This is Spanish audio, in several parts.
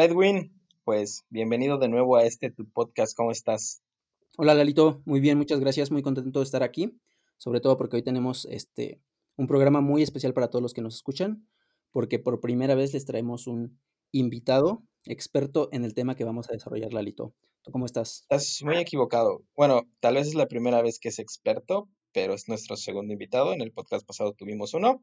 Edwin, pues bienvenido de nuevo a tu podcast, ¿cómo estás? Hola Lalito, muy bien, muchas gracias, muy contento de estar aquí, sobre todo porque hoy tenemos un programa muy especial para todos los que nos escuchan, porque por primera vez les traemos un invitado experto en el tema que vamos a desarrollar, Lalito. ¿Tú cómo estás? Estás muy equivocado. Bueno, tal vez es la primera vez que es experto, pero es nuestro segundo invitado. En el podcast pasado tuvimos uno.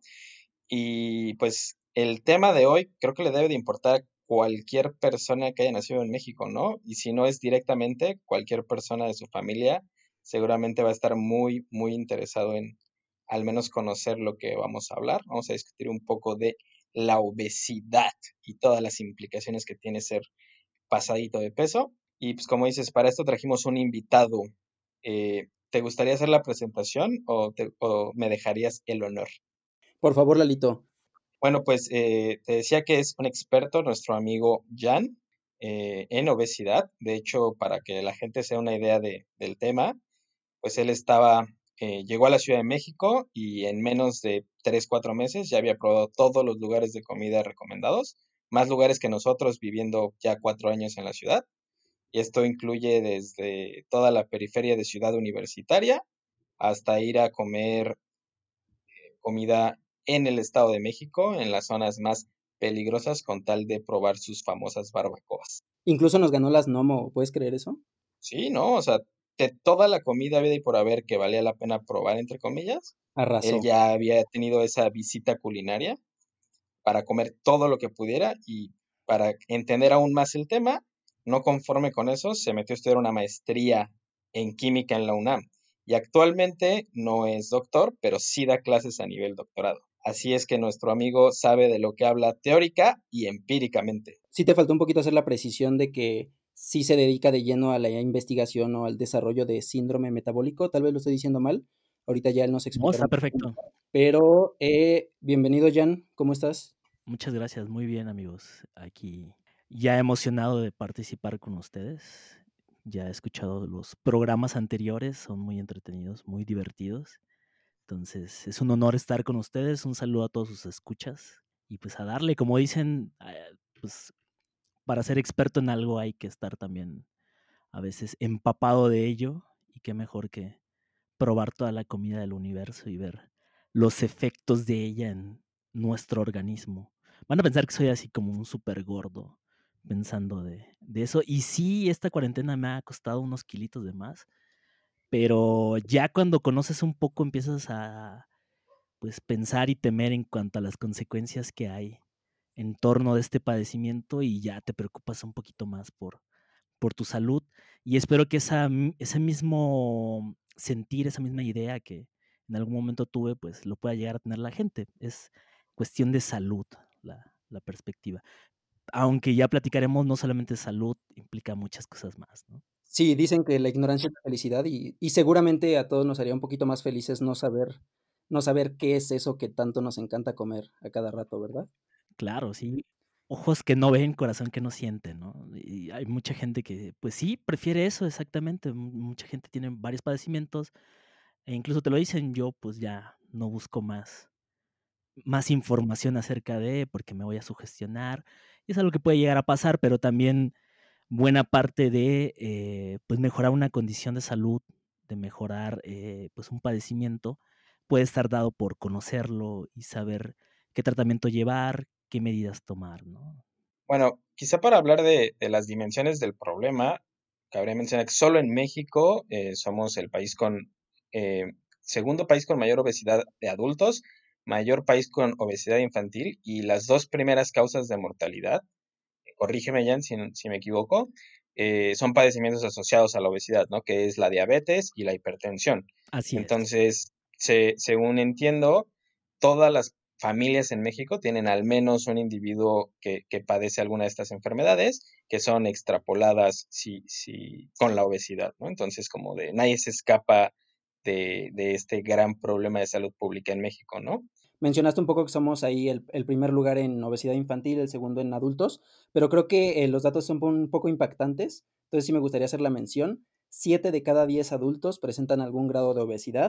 Y pues el tema de hoy creo que le debe de importar a cualquier persona que haya nacido en México, ¿no? Y si no es directamente, cualquier persona de su familia seguramente va a estar muy, muy interesado en al menos conocer lo que vamos a hablar. Vamos a discutir un poco de la obesidad y todas las implicaciones que tiene ser pasadito de peso. Y pues como dices, para esto trajimos un invitado. ¿Te gustaría hacer la presentación o me dejarías el honor? Por favor, Lalito. Bueno, pues te decía que es un experto, nuestro amigo Jan, en obesidad. De hecho, para que la gente se dé una idea del tema, pues él llegó a la Ciudad de México y en menos de 3, 4 meses ya había probado todos los lugares de comida recomendados, más lugares que nosotros viviendo ya 4 años en la ciudad. Y esto incluye desde toda la periferia de Ciudad Universitaria hasta ir a comer comida en el Estado de México, en las zonas más peligrosas, con tal de probar sus famosas barbacoas. Incluso nos ganó las Nomo, ¿puedes creer eso? Sí, ¿no? O sea, de toda la comida vida y por haber que valía la pena probar, entre comillas, él Arrasó. ya había tenido esa visita culinaria para comer todo lo que pudiera y para entender aún más el tema, no conforme con eso, se metió a estudiar una maestría en química en la UNAM y actualmente no es doctor, pero sí da clases a nivel doctorado. Así es que nuestro amigo sabe de lo que habla teórica y empíricamente. Sí te faltó un poquito hacer la precisión de que sí se dedica de lleno a la investigación o al desarrollo de síndrome metabólico, tal vez lo estoy diciendo mal, ahorita ya él nos No, explicará está un poquito perfecto. mejor. Pero bienvenido Jan, ¿cómo estás? Muchas gracias. Muy bien, amigos. Aquí ya emocionado de participar con ustedes. Ya he escuchado los programas anteriores, son muy entretenidos, muy divertidos. Entonces, es un honor estar con ustedes. Un saludo a todos sus escuchas. Y pues a darle, como dicen, pues para ser experto en algo hay que estar también a veces empapado de ello. Y qué mejor que probar toda la comida del universo y ver los efectos de ella en nuestro organismo. Van a pensar que soy así como un súper gordo pensando de eso. Y sí, esta cuarentena me ha costado unos kilitos de más, pero ya cuando conoces un poco empiezas a pues pensar y temer en cuanto a las consecuencias que hay en torno de este padecimiento y ya te preocupas un poquito más por tu salud. Y espero que ese mismo sentir, esa misma idea que en algún momento tuve, pues lo pueda llegar a tener la gente. Es cuestión de salud la perspectiva. Aunque ya platicaremos, no solamente salud, implica muchas cosas más, ¿no? Sí, dicen que la ignorancia es la felicidad y seguramente a todos nos haría un poquito más felices no saber qué es eso que tanto nos encanta comer a cada rato, ¿verdad? Claro, sí. Ojos que no ven, corazón que no siente, ¿no? Y hay mucha gente que, pues sí, prefiere eso exactamente. Mucha gente tiene varios padecimientos e incluso te lo dicen, yo pues ya no busco más información acerca de, porque me voy a sugestionar. Y es algo que puede llegar a pasar, pero también buena parte de, pues, mejorar una condición de salud, de mejorar, pues, un padecimiento, puede estar dado por conocerlo y saber qué tratamiento llevar, qué medidas tomar, ¿no? Bueno, quizá para hablar de las dimensiones del problema, cabría mencionar que solo en México somos el país eh, segundo país con mayor obesidad de adultos, mayor país con obesidad infantil y las dos primeras causas de mortalidad, corrígeme Jan si me equivoco, son padecimientos asociados a la obesidad, ¿no? Que es la diabetes y la hipertensión. Así es. Entonces, según entiendo, todas las familias en México tienen al menos un individuo que padece alguna de estas enfermedades, que son extrapoladas con la obesidad, ¿no? Entonces, como de nadie se escapa de este gran problema de salud pública en México, ¿no? Mencionaste un poco que somos ahí el primer lugar en obesidad infantil, el segundo en adultos, pero creo que los datos son un poco impactantes, entonces sí me gustaría hacer la mención. 7 de cada 10 adultos presentan algún grado de obesidad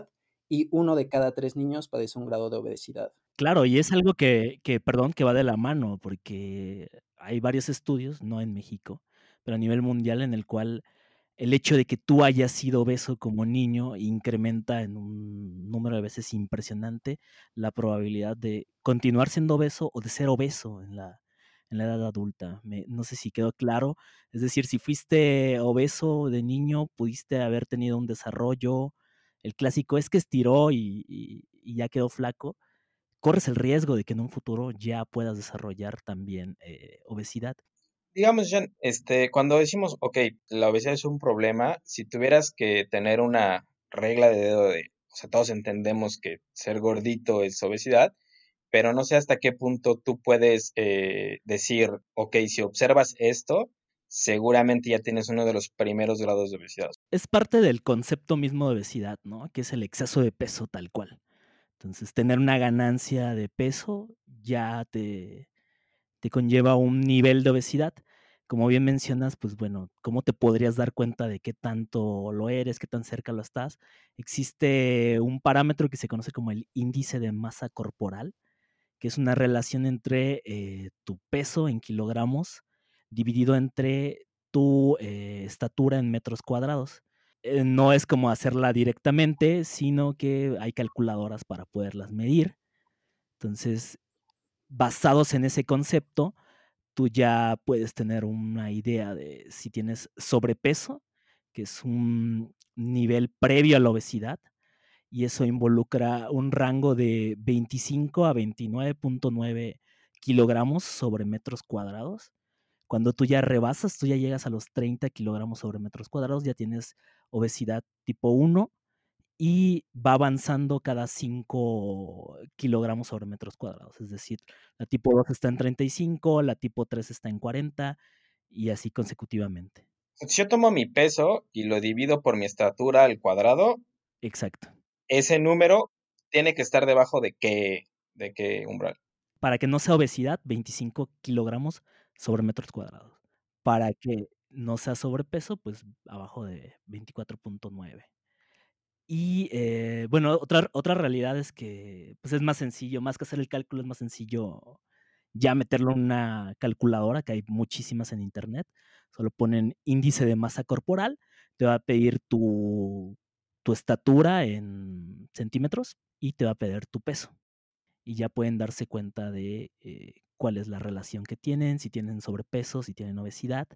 y 1 de cada 3 niños padece un grado de obesidad. Claro, y es algo perdón, que va de la mano, porque hay varios estudios, no en México, pero a nivel mundial, en el cual el hecho de que tú hayas sido obeso como niño incrementa en un número de veces impresionante la probabilidad de continuar siendo obeso o de ser obeso en la edad adulta. No sé si quedó claro. Es decir, si fuiste obeso de niño, pudiste haber tenido un desarrollo. El clásico es que estiró y ya quedó flaco. Corres el riesgo de que en un futuro ya puedas desarrollar también obesidad. Digamos, Jan, cuando decimos, ok, la obesidad es un problema, si tuvieras que tener una regla de dedo o sea, todos entendemos que ser gordito es obesidad, pero no sé hasta qué punto tú puedes decir, ok, si observas esto, seguramente ya tienes uno de los primeros grados de obesidad. Es parte del concepto mismo de obesidad, ¿no? Que es el exceso de peso tal cual. Entonces, tener una ganancia de peso ya te conlleva un nivel de obesidad. Como bien mencionas, pues bueno, ¿cómo te podrías dar cuenta de qué tanto lo eres, qué tan cerca lo estás? Existe un parámetro que se conoce como el índice de masa corporal, que es una relación entre tu peso en kilogramos dividido entre tu estatura en metros cuadrados. No es como hacerla directamente, sino que hay calculadoras para poderlas medir. Entonces, basados en ese concepto, tú ya puedes tener una idea de si tienes sobrepeso, que es un nivel previo a la obesidad, y eso involucra un rango de 25 a 29.9 kilogramos sobre metros cuadrados. Cuando tú ya rebasas, tú ya llegas a los 30 kilogramos sobre metros cuadrados, ya tienes obesidad tipo 1 y va avanzando cada 5 kilogramos sobre metros cuadrados. Es decir, la tipo 2 está en 35, la tipo 3 está en 40 y así consecutivamente. Si yo tomo mi peso y lo divido por mi estatura al cuadrado, Exacto. ese número tiene que estar debajo de qué umbral. Para que no sea obesidad, 25 kilogramos sobre metros cuadrados. Para que no sea sobrepeso, pues abajo de 24.9. Y bueno, otra realidad es que pues es más sencillo, más que hacer el cálculo, es más sencillo ya meterlo en una calculadora, que hay muchísimas en internet. Solo ponen índice de masa corporal, te va a pedir tu estatura en centímetros y te va a pedir tu peso. Y ya pueden darse cuenta de cuál es la relación que tienen, si tienen sobrepeso, si tienen obesidad.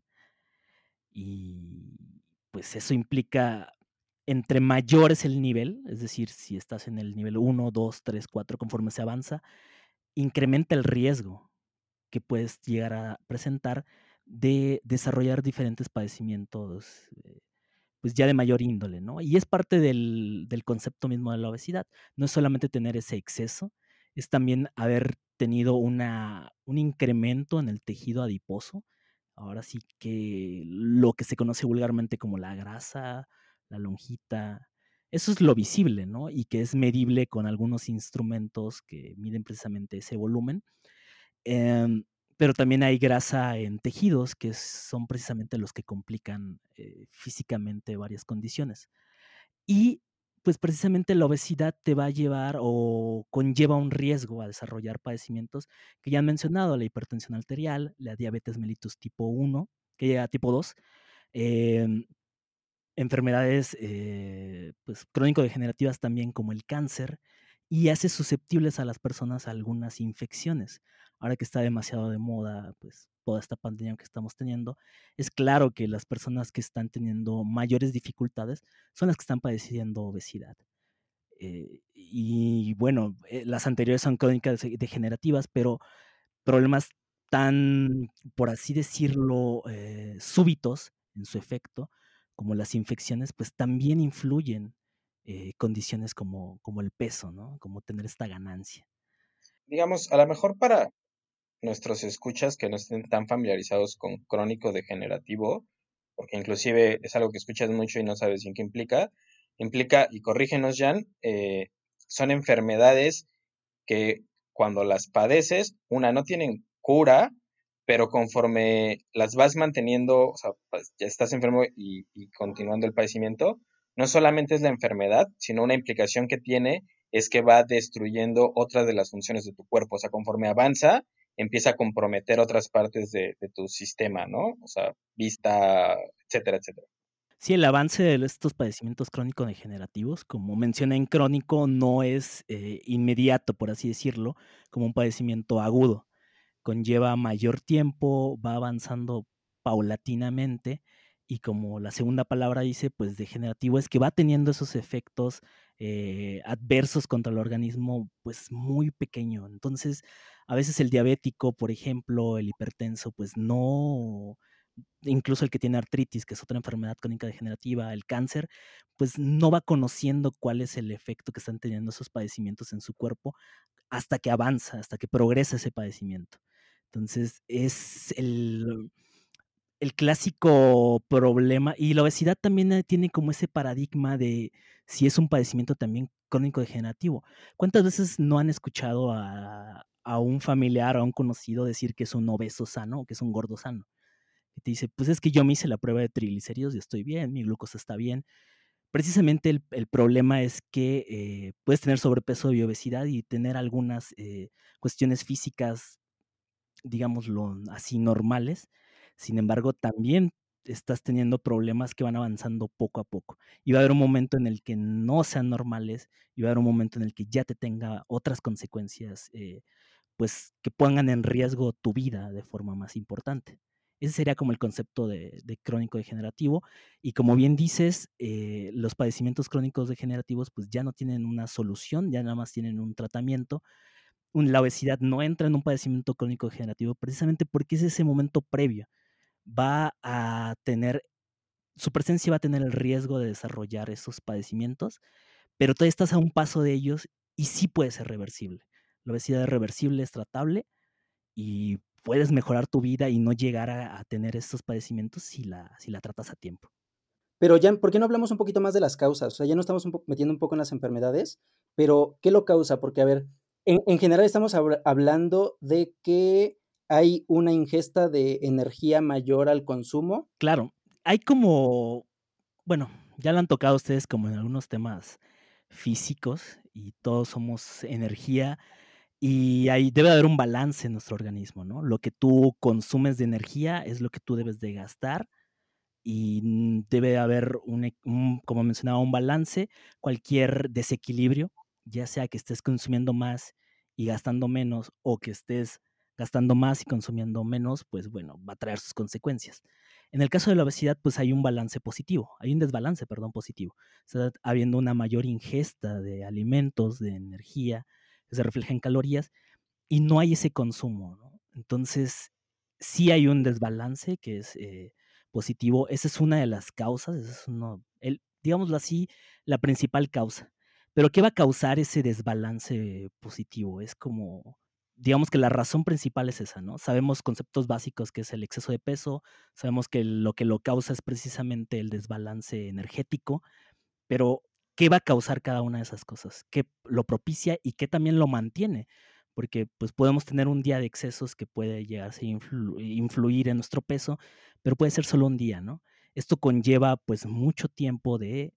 Y pues eso implica, entre mayor es el nivel, es decir, si estás en el nivel 1, 2, 3, 4, conforme se avanza, incrementa el riesgo que puedes llegar a presentar de desarrollar diferentes padecimientos pues ya de mayor índole, ¿no? Y es parte del concepto mismo de la obesidad. No es solamente tener ese exceso, es también haber tenido un incremento en el tejido adiposo. Ahora sí que lo que se conoce vulgarmente como la grasa, la lonjita, eso es lo visible, ¿no? Y que es medible con algunos instrumentos que miden precisamente ese volumen. Em, pero también hay grasa en tejidos, que son precisamente los que complican, físicamente varias condiciones. Y, pues, precisamente la obesidad te va a llevar o conlleva un riesgo a desarrollar padecimientos que ya han mencionado, la hipertensión arterial, la diabetes mellitus tipo 1, que llega a tipo 2, em, enfermedades, pues, crónico-degenerativas también como el cáncer, y hace susceptibles a las personas a algunas infecciones. Ahora que está demasiado de moda, pues, toda esta pandemia que estamos teniendo, es claro que las personas que están teniendo mayores dificultades son las que están padeciendo obesidad. Y bueno, las anteriores son crónicas degenerativas, pero problemas tan, por así decirlo, súbitos en su efecto, como las infecciones, pues también influyen, condiciones como el peso, ¿no? Como tener esta ganancia. Digamos, a lo mejor para nuestros escuchas que no estén tan familiarizados con crónico degenerativo, porque inclusive es algo que escuchas mucho y no sabes bien qué implica, y corrígenos, Jan, son enfermedades que cuando las padeces, una, no tienen cura, pero conforme las vas manteniendo, o sea, pues, ya estás enfermo y continuando el padecimiento, no solamente es la enfermedad, sino una implicación que tiene es que va destruyendo otras de las funciones de tu cuerpo. O sea, conforme avanza, empieza a comprometer otras partes de tu sistema, ¿no? O sea, vista, etcétera, etcétera. Sí, el avance de estos padecimientos crónico-degenerativos, como mencioné en crónico, no es inmediato, por así decirlo, como un padecimiento agudo. Conlleva mayor tiempo, va avanzando paulatinamente y como la segunda palabra dice, pues degenerativo es que va teniendo esos efectos adversos contra el organismo, pues muy pequeño. Entonces, a veces el diabético, por ejemplo, el hipertenso, pues no, incluso el que tiene artritis, que es otra enfermedad crónica degenerativa, el cáncer, pues no va conociendo cuál es el efecto que están teniendo esos padecimientos en su cuerpo hasta que avanza, hasta que progresa ese padecimiento. Entonces, es el clásico problema, y la obesidad también tiene como ese paradigma de si es un padecimiento también crónico degenerativo. ¿Cuántas veces no han escuchado a un familiar o a un conocido decir que es un obeso sano o que es un gordo sano? Que te dice, pues es que yo me hice la prueba de triglicéridos y estoy bien, mi glucosa está bien. Precisamente el problema es que puedes tener sobrepeso y obesidad y tener algunas cuestiones físicas, digámoslo así, normales. Sin embargo, también estás teniendo problemas que van avanzando poco a poco. Y va a haber un momento en el que no sean normales y va a haber un momento en el que ya te tenga otras consecuencias pues, que pongan en riesgo tu vida de forma más importante. Ese sería como el concepto de crónico degenerativo. Y como bien dices, los padecimientos crónicos degenerativos, pues ya no tienen una solución, ya nada más tienen un tratamiento. La obesidad no entra en un padecimiento crónico degenerativo precisamente porque es ese momento previo. Va a tener, su presencia va a tener el riesgo de desarrollar esos padecimientos, pero todavía estás a un paso de ellos y sí puede ser reversible. La obesidad es reversible, es tratable y puedes mejorar tu vida y no llegar a tener estos padecimientos si la tratas a tiempo. Pero ya, ¿por qué no hablamos un poquito más de las causas? O sea, ya nos estamos metiendo un poco en las enfermedades, pero ¿qué lo causa? Porque, a ver, en general estamos hablando de que hay una ingesta de energía mayor al consumo. Claro, hay como, bueno, ya lo han tocado ustedes como en algunos temas físicos y todos somos energía y ahí debe haber un balance en nuestro organismo, ¿no? Lo que tú consumes de energía es lo que tú debes de gastar y debe haber como mencionaba, un balance. Cualquier desequilibrio, ya sea que estés consumiendo más y gastando menos, o que estés gastando más y consumiendo menos, pues bueno, va a traer sus consecuencias. En el caso de la obesidad, pues hay un balance positivo, hay un desbalance, perdón, positivo. Está habiendo una mayor ingesta de alimentos, de energía, que se refleja en calorías, y no hay ese consumo, ¿no? Entonces, sí hay un desbalance que es positivo. Esa es una de las causas, ese es digámoslo así, la principal causa. Pero, ¿qué va a causar ese desbalance positivo? Es como, digamos que la razón principal es esa, ¿no? Sabemos conceptos básicos que es el exceso de peso, sabemos que lo causa es precisamente el desbalance energético, pero, ¿qué va a causar cada una de esas cosas? ¿Qué lo propicia y qué también lo mantiene? Porque, pues, podemos tener un día de excesos que puede llegarse a influir en nuestro peso, pero puede ser solo un día, ¿no? Esto conlleva, pues, mucho tiempo de,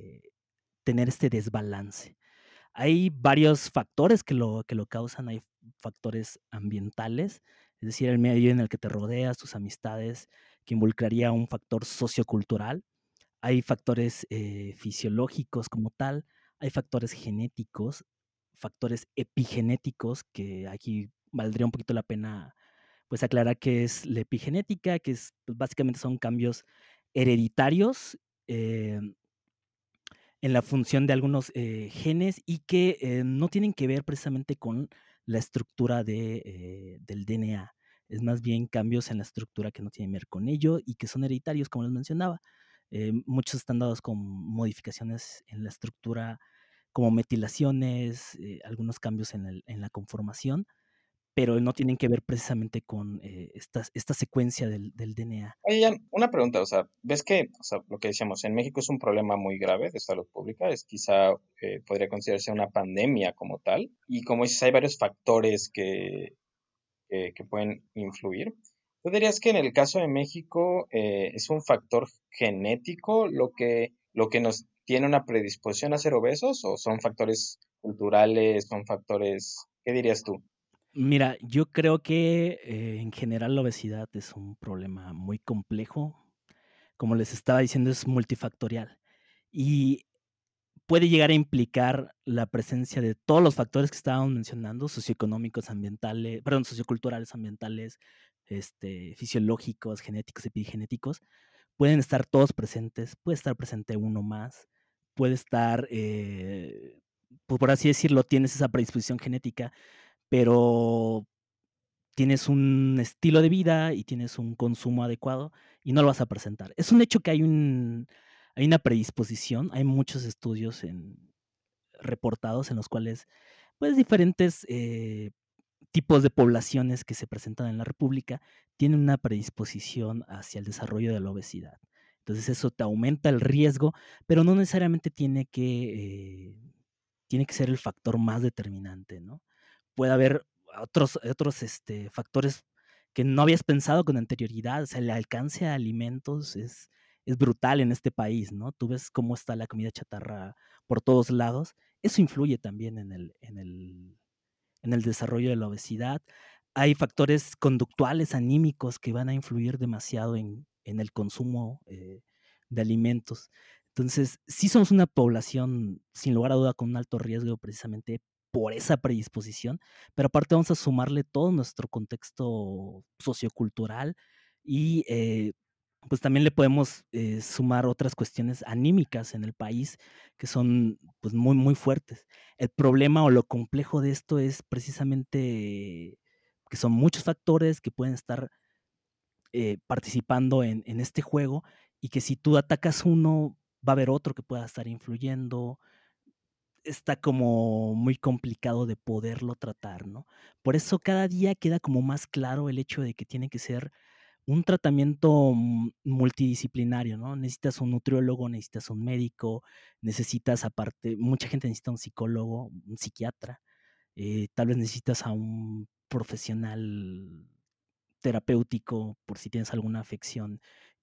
tener este desbalance. Hay varios factores que lo causan, hay factores ambientales, es decir, el medio en el que te rodeas, tus amistades, que involucraría un factor sociocultural. Hay factores, fisiológicos como tal, hay factores genéticos, factores epigenéticos, que aquí valdría un poquito la pena, pues, aclarar qué es la epigenética, que es, pues, básicamente son cambios hereditarios, em, en la función de algunos, genes y que, no tienen que ver precisamente con la estructura del DNA. Es más bien cambios en la estructura que no tienen que ver con ello y que son hereditarios, como les mencionaba. Muchos están dados con modificaciones en la estructura, como metilaciones, algunos cambios en la conformación, pero no tienen que ver precisamente con, esta secuencia del DNA. Oye, Jan, una pregunta, o sea, ves que, o sea, lo que decíamos, en México es un problema muy grave de salud pública, es quizá podría considerarse una pandemia como tal, y como dices, hay varios factores que pueden influir. ¿Tú dirías que en el caso de México es un factor genético lo que nos tiene una predisposición a ser obesos o son factores culturales, son factores, ¿qué dirías tú? Mira, yo creo que en general la obesidad es un problema muy complejo. Como les estaba diciendo, es multifactorial y puede llegar a implicar la presencia de todos los factores que estábamos mencionando, socioeconómicos, ambientales, perdón, socioculturales, ambientales, fisiológicos, genéticos, epigenéticos. Pueden estar todos presentes, puede estar presente uno más, puede estar, por así decirlo, tienes esa predisposición genética, pero tienes un estilo de vida y tienes un consumo adecuado y no lo vas a presentar. Es un hecho que hay una predisposición, hay muchos estudios reportados en los cuales, pues, diferentes tipos de poblaciones que se presentan en la república tienen una predisposición hacia el desarrollo de la obesidad. Entonces eso te aumenta el riesgo, pero no necesariamente tiene que ser el factor más determinante, ¿no? Puede haber otros factores que no habías pensado con anterioridad. O sea, el alcance a alimentos es brutal en este país, ¿no? Tú ves cómo está la comida chatarra por todos lados. Eso influye también en el desarrollo de la obesidad. Hay factores conductuales, anímicos, que van a influir demasiado en el consumo de alimentos. Entonces, sí somos una población, sin lugar a duda, con un alto riesgo precisamente por esa predisposición, pero aparte vamos a sumarle todo nuestro contexto sociocultural y pues también le podemos sumar otras cuestiones anímicas en el país que son pues muy, muy fuertes. El problema o lo complejo de esto es precisamente que son muchos factores que pueden estar participando en este juego y que si tú atacas uno, va a haber otro que pueda estar influyendo. Está como muy complicado de poderlo tratar, ¿no? Por eso cada día queda como más claro el hecho de que tiene que ser un tratamiento multidisciplinario, ¿no? Necesitas un nutriólogo, necesitas un médico, necesitas aparte, mucha gente necesita un psicólogo, un psiquiatra, tal vez necesitas a un profesional terapéutico por si tienes alguna afección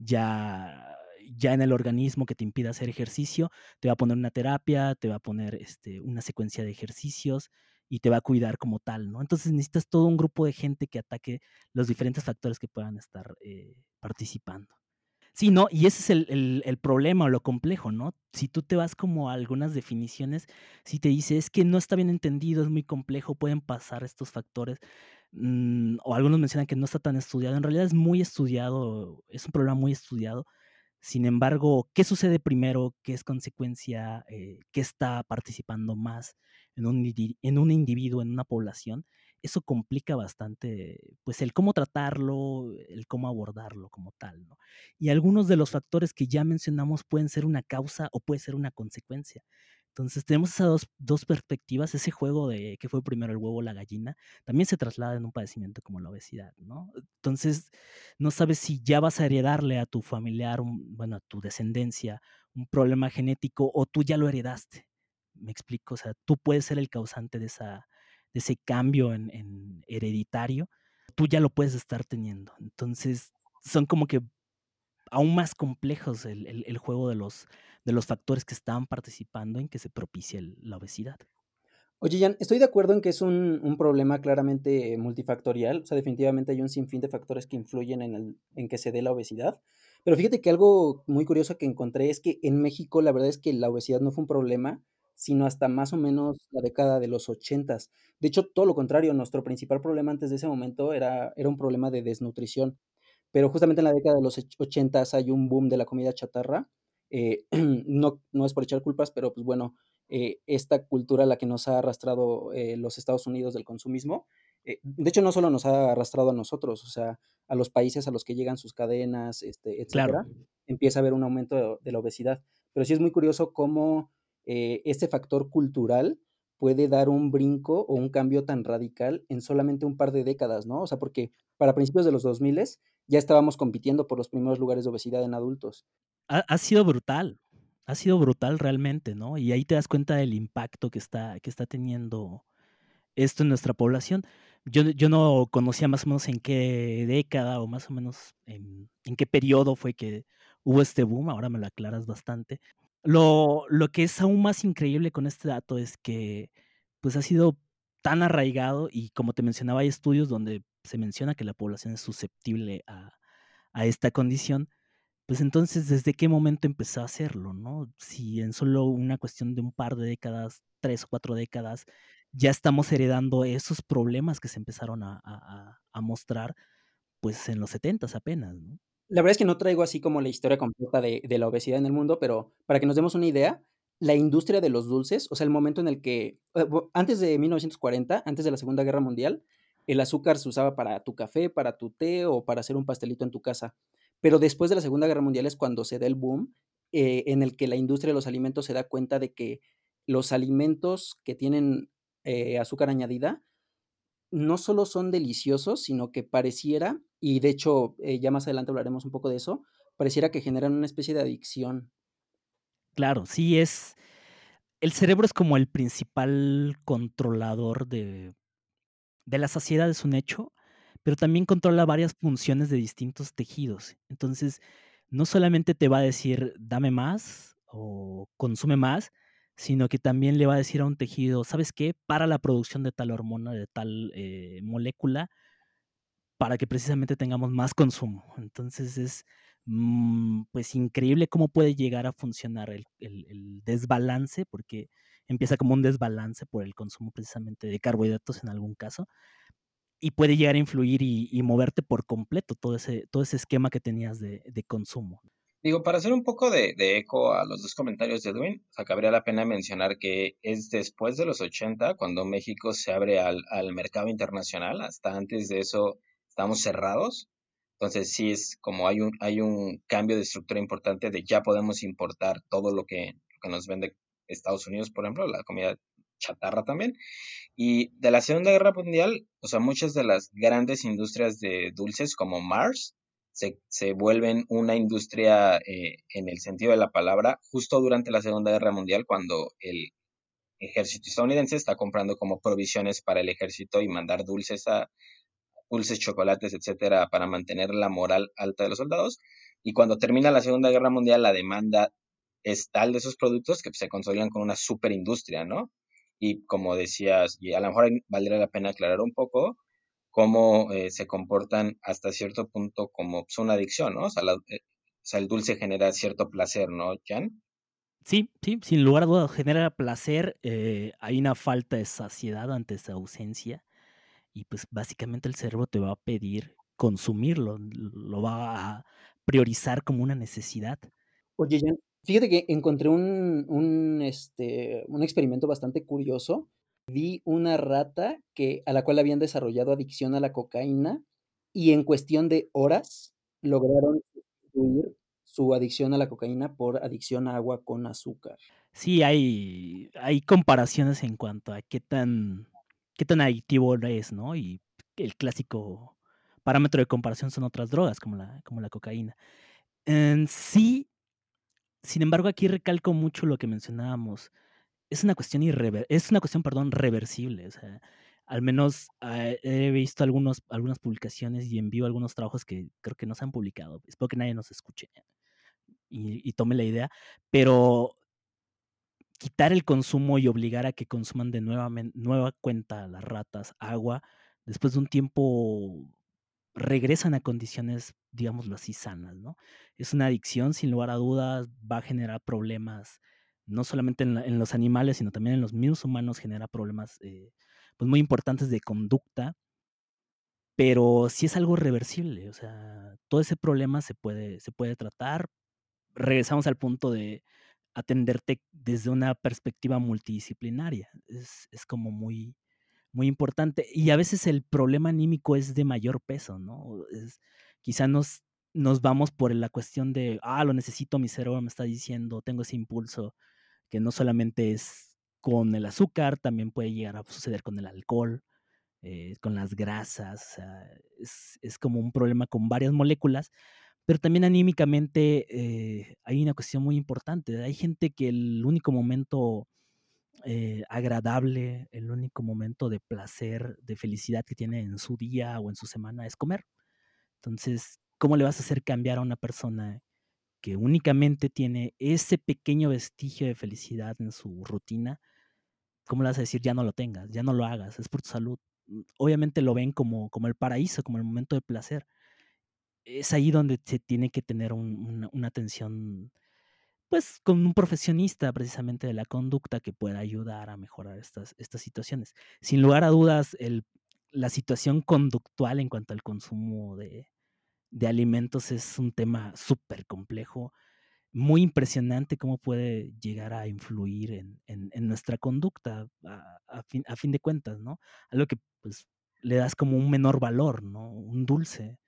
ya en el organismo que te impida hacer ejercicio, te va a poner una terapia, te va a poner una secuencia de ejercicios y te va a cuidar como tal, ¿no? Entonces necesitas todo un grupo de gente que ataque los diferentes factores que puedan estar participando. Sí, ¿no? Y ese es el problema o lo complejo, ¿no? Si tú te vas como a algunas definiciones, si te dice, es que no está bien entendido, es muy complejo, pueden pasar estos factores, o algunos mencionan que no está tan estudiado, en realidad es muy estudiado, es un problema muy estudiado. Sin embargo, ¿qué sucede primero? ¿Qué es consecuencia? ¿Qué está participando más en un individuo, en una población? Eso complica bastante, pues, el cómo tratarlo, el cómo abordarlo como tal, ¿no? Y algunos de los factores que ya mencionamos pueden ser una causa o puede ser una consecuencia. Entonces, tenemos esas dos perspectivas. Ese juego de qué fue primero, el huevo o la gallina, también se traslada en un padecimiento como la obesidad, ¿no? Entonces, no sabes si ya vas a heredarle a tu familiar, bueno, a tu descendencia, un problema genético o tú ya lo heredaste. ¿Me explico? O sea, tú puedes ser el causante de ese cambio en hereditario, tú ya lo puedes estar teniendo. Entonces, son como que aún más complejos el juego de los factores que están participando en que se propicie la obesidad. Oye, Jan, estoy de acuerdo en que es un problema claramente multifactorial, o sea, definitivamente hay un sinfín de factores que influyen en que se dé la obesidad, pero fíjate que algo muy curioso que encontré es que en México la verdad es que la obesidad no fue un problema, sino hasta más o menos la década de los 80s. De hecho, todo lo contrario, nuestro principal problema antes de ese momento era un problema de desnutrición. Pero justamente en la década de los 80s hay un boom de la comida chatarra. No es por echar culpas, pero pues bueno, esta cultura a la que nos ha arrastrado los Estados Unidos del consumismo, de hecho no solo nos ha arrastrado a nosotros, o sea, a los países a los que llegan sus cadenas, Claro. etcétera, empieza a haber un aumento de la obesidad. Pero sí es muy curioso cómo este factor cultural puede dar un brinco o un cambio tan radical en solamente un par de décadas, ¿no? O sea, porque para principios de los 2000 ya estábamos compitiendo por los primeros lugares de obesidad en adultos. Ha sido brutal realmente, ¿no? Y ahí te das cuenta del impacto que está teniendo esto en nuestra población. Yo no conocía más o menos en qué década o más o menos en qué periodo fue que hubo este boom, ahora me lo aclaras bastante. Lo que es aún más increíble con este dato es que, pues, ha sido tan arraigado y, como te mencionaba, hay estudios donde se menciona que la población es susceptible a esta condición. Pues, entonces, ¿desde qué momento empezó a hacerlo, no? Si en solo una cuestión de un par de décadas, 3 o 4 décadas, ya estamos heredando esos problemas que se empezaron a mostrar, pues, en los 70 apenas, ¿no? La verdad es que no traigo así como la historia completa de la obesidad en el mundo, pero para que nos demos una idea, la industria de los dulces, o sea, el momento en el que, antes de 1940, antes de la Segunda Guerra Mundial, el azúcar se usaba para tu café, para tu té o para hacer un pastelito en tu casa. Pero después de la Segunda Guerra Mundial es cuando se da el boom, en el que la industria de los alimentos se da cuenta de que los alimentos que tienen, azúcar añadida no solo son deliciosos, sino que pareciera, y de hecho, ya más adelante hablaremos un poco de eso, pareciera que generan una especie de adicción. Claro, sí es el cerebro es como el principal controlador de la saciedad, es un hecho, pero también controla varias funciones de distintos tejidos. Entonces, no solamente te va a decir: "Dame más", o "Consume más", sino que también le va a decir a un tejido: "¿Sabes qué? Para la producción de tal hormona, de tal, molécula, para que precisamente tengamos más consumo". Entonces es, pues, increíble cómo puede llegar a funcionar el desbalance, porque empieza como un desbalance por el consumo precisamente de carbohidratos en algún caso, y puede llegar a influir y moverte por completo todo ese esquema que tenías de consumo. Digo, para hacer un poco de eco a los dos comentarios de Edwin, o sea, cabría la pena mencionar que es después de los 80 cuando México se abre al mercado internacional. Hasta antes de eso estamos cerrados. Entonces sí es como hay un cambio de estructura importante de ya podemos importar todo lo que nos vende Estados Unidos, por ejemplo, la comida chatarra también. Y de la Segunda Guerra Mundial, o sea, muchas de las grandes industrias de dulces como Mars se vuelven una industria en el sentido de la palabra justo durante la Segunda Guerra Mundial, cuando el ejército estadounidense está comprando como provisiones para el ejército y mandar dulces, chocolates, etcétera, para mantener la moral alta de los soldados. Y cuando termina la Segunda Guerra Mundial, la demanda es tal de esos productos que se consolidan con una superindustria, ¿no? Y como decías, y a lo mejor valdría la pena aclarar un poco cómo se comportan hasta cierto punto como pues, una adicción, ¿no? O sea, el dulce genera cierto placer, ¿no, Jan? Sí, sí, sin lugar a dudas genera placer, hay una falta de saciedad ante esa ausencia y, pues, básicamente el cerebro te va a pedir consumirlo, lo va a priorizar como una necesidad. Oye, Jan, fíjate que encontré un experimento bastante curioso. Vi una rata a la cual habían desarrollado adicción a la cocaína y en cuestión de horas lograron sustituir su adicción a la cocaína por adicción a agua con azúcar. Sí, hay comparaciones en cuanto a qué tan adictivo es, ¿no? Y el clásico parámetro de comparación son otras drogas, como la cocaína. Sí, sin embargo, aquí recalco mucho lo que mencionábamos. Es una cuestión, perdón, reversible, o sea, al menos, he visto algunas publicaciones y envío algunos trabajos que creo que no se han publicado. Espero que nadie nos escuche y tome la idea, pero quitar el consumo y obligar a que consuman de nueva cuenta las ratas agua, después de un tiempo regresan a condiciones, digámoslo así, sanas, ¿no? Es una adicción, sin lugar a dudas, va a generar problemas, no solamente en los animales, sino también en los mismos humanos, genera problemas, pues, muy importantes de conducta, pero sí es algo reversible, o sea, todo ese problema se puede tratar. Regresamos al punto de atenderte desde una perspectiva multidisciplinaria. Es como muy importante. Y a veces el problema anímico es de mayor peso, ¿no? Quizá nos vamos por la cuestión de, lo necesito, mi cerebro me está diciendo, tengo ese impulso, que no solamente es con el azúcar, también puede llegar a suceder con el alcohol, con las grasas, o sea, es como un problema con varias moléculas, pero también anímicamente, hay una cuestión muy importante. Hay gente que el único momento, agradable, el único momento de placer, de felicidad que tiene en su día o en su semana es comer. Entonces, ¿cómo le vas a hacer cambiar a una persona que únicamente tiene ese pequeño vestigio de felicidad en su rutina, ¿cómo le vas a decir ya no lo tengas, ya no lo hagas, es por tu salud? Obviamente lo ven como el paraíso, como el momento de placer. Es ahí donde se tiene que tener una atención, pues, con un profesionista precisamente de la conducta que pueda ayudar a mejorar estas situaciones. Sin lugar a dudas, la situación conductual en cuanto al consumo de alimentos es un tema súper complejo, muy impresionante cómo puede llegar a influir en nuestra conducta a fin de cuentas, ¿no? Algo que, pues, le das como un menor valor, ¿no? Un dulce,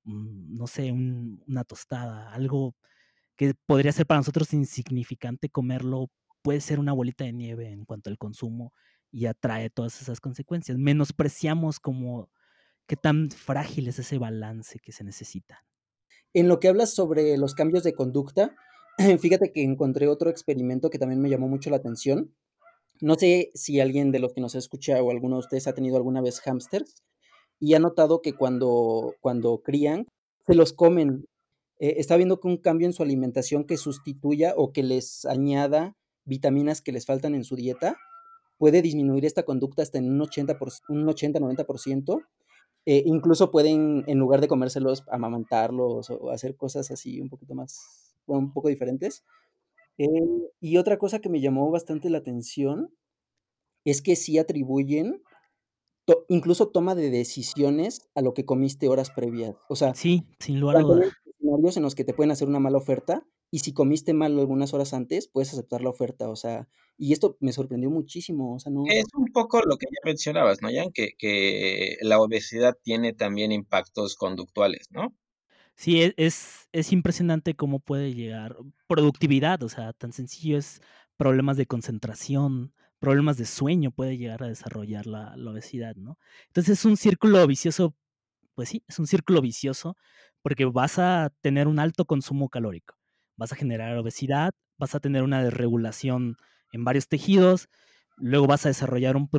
no sé, una tostada, algo que podría ser para nosotros insignificante comerlo, puede ser una bolita de nieve en cuanto al consumo y atrae todas esas consecuencias. Menospreciamos como qué tan frágil es ese balance que se necesita. En lo que hablas sobre los cambios de conducta, fíjate que encontré otro experimento que también me llamó mucho la atención. No sé si alguien de los que nos escucha o alguno de ustedes ha tenido alguna vez hámsters y ha notado que cuando crían, se los comen. Está viendo que un cambio en su alimentación que sustituya o que les añada vitaminas que les faltan en su dieta, puede disminuir esta conducta hasta en un 80-90%. Incluso pueden, en lugar de comérselos, amamantarlos o hacer cosas así un poquito más, bueno, un poco diferentes. Eh, y otra cosa que me llamó bastante la atención es que sí atribuyen incluso toma de decisiones a lo que comiste horas previas. O sea, Sí, sin lugar a plantean duda. escenarios en los que te pueden hacer una mala oferta y si comiste mal algunas horas antes, puedes aceptar la oferta. O sea, y esto me sorprendió muchísimo. O sea, no. Es un poco lo que ya mencionabas, ¿no, Jan? Que la obesidad tiene también impactos conductuales, ¿no? Sí, es impresionante cómo puede llegar productividad, o sea, tan sencillo es problemas de concentración, problemas de sueño puede llegar a desarrollar la obesidad, ¿no? Entonces, es un círculo vicioso, pues sí, es un círculo vicioso, porque vas a tener un alto consumo calórico, vas a generar obesidad, vas a tener una desregulación en varios tejidos, luego vas a desarrollar un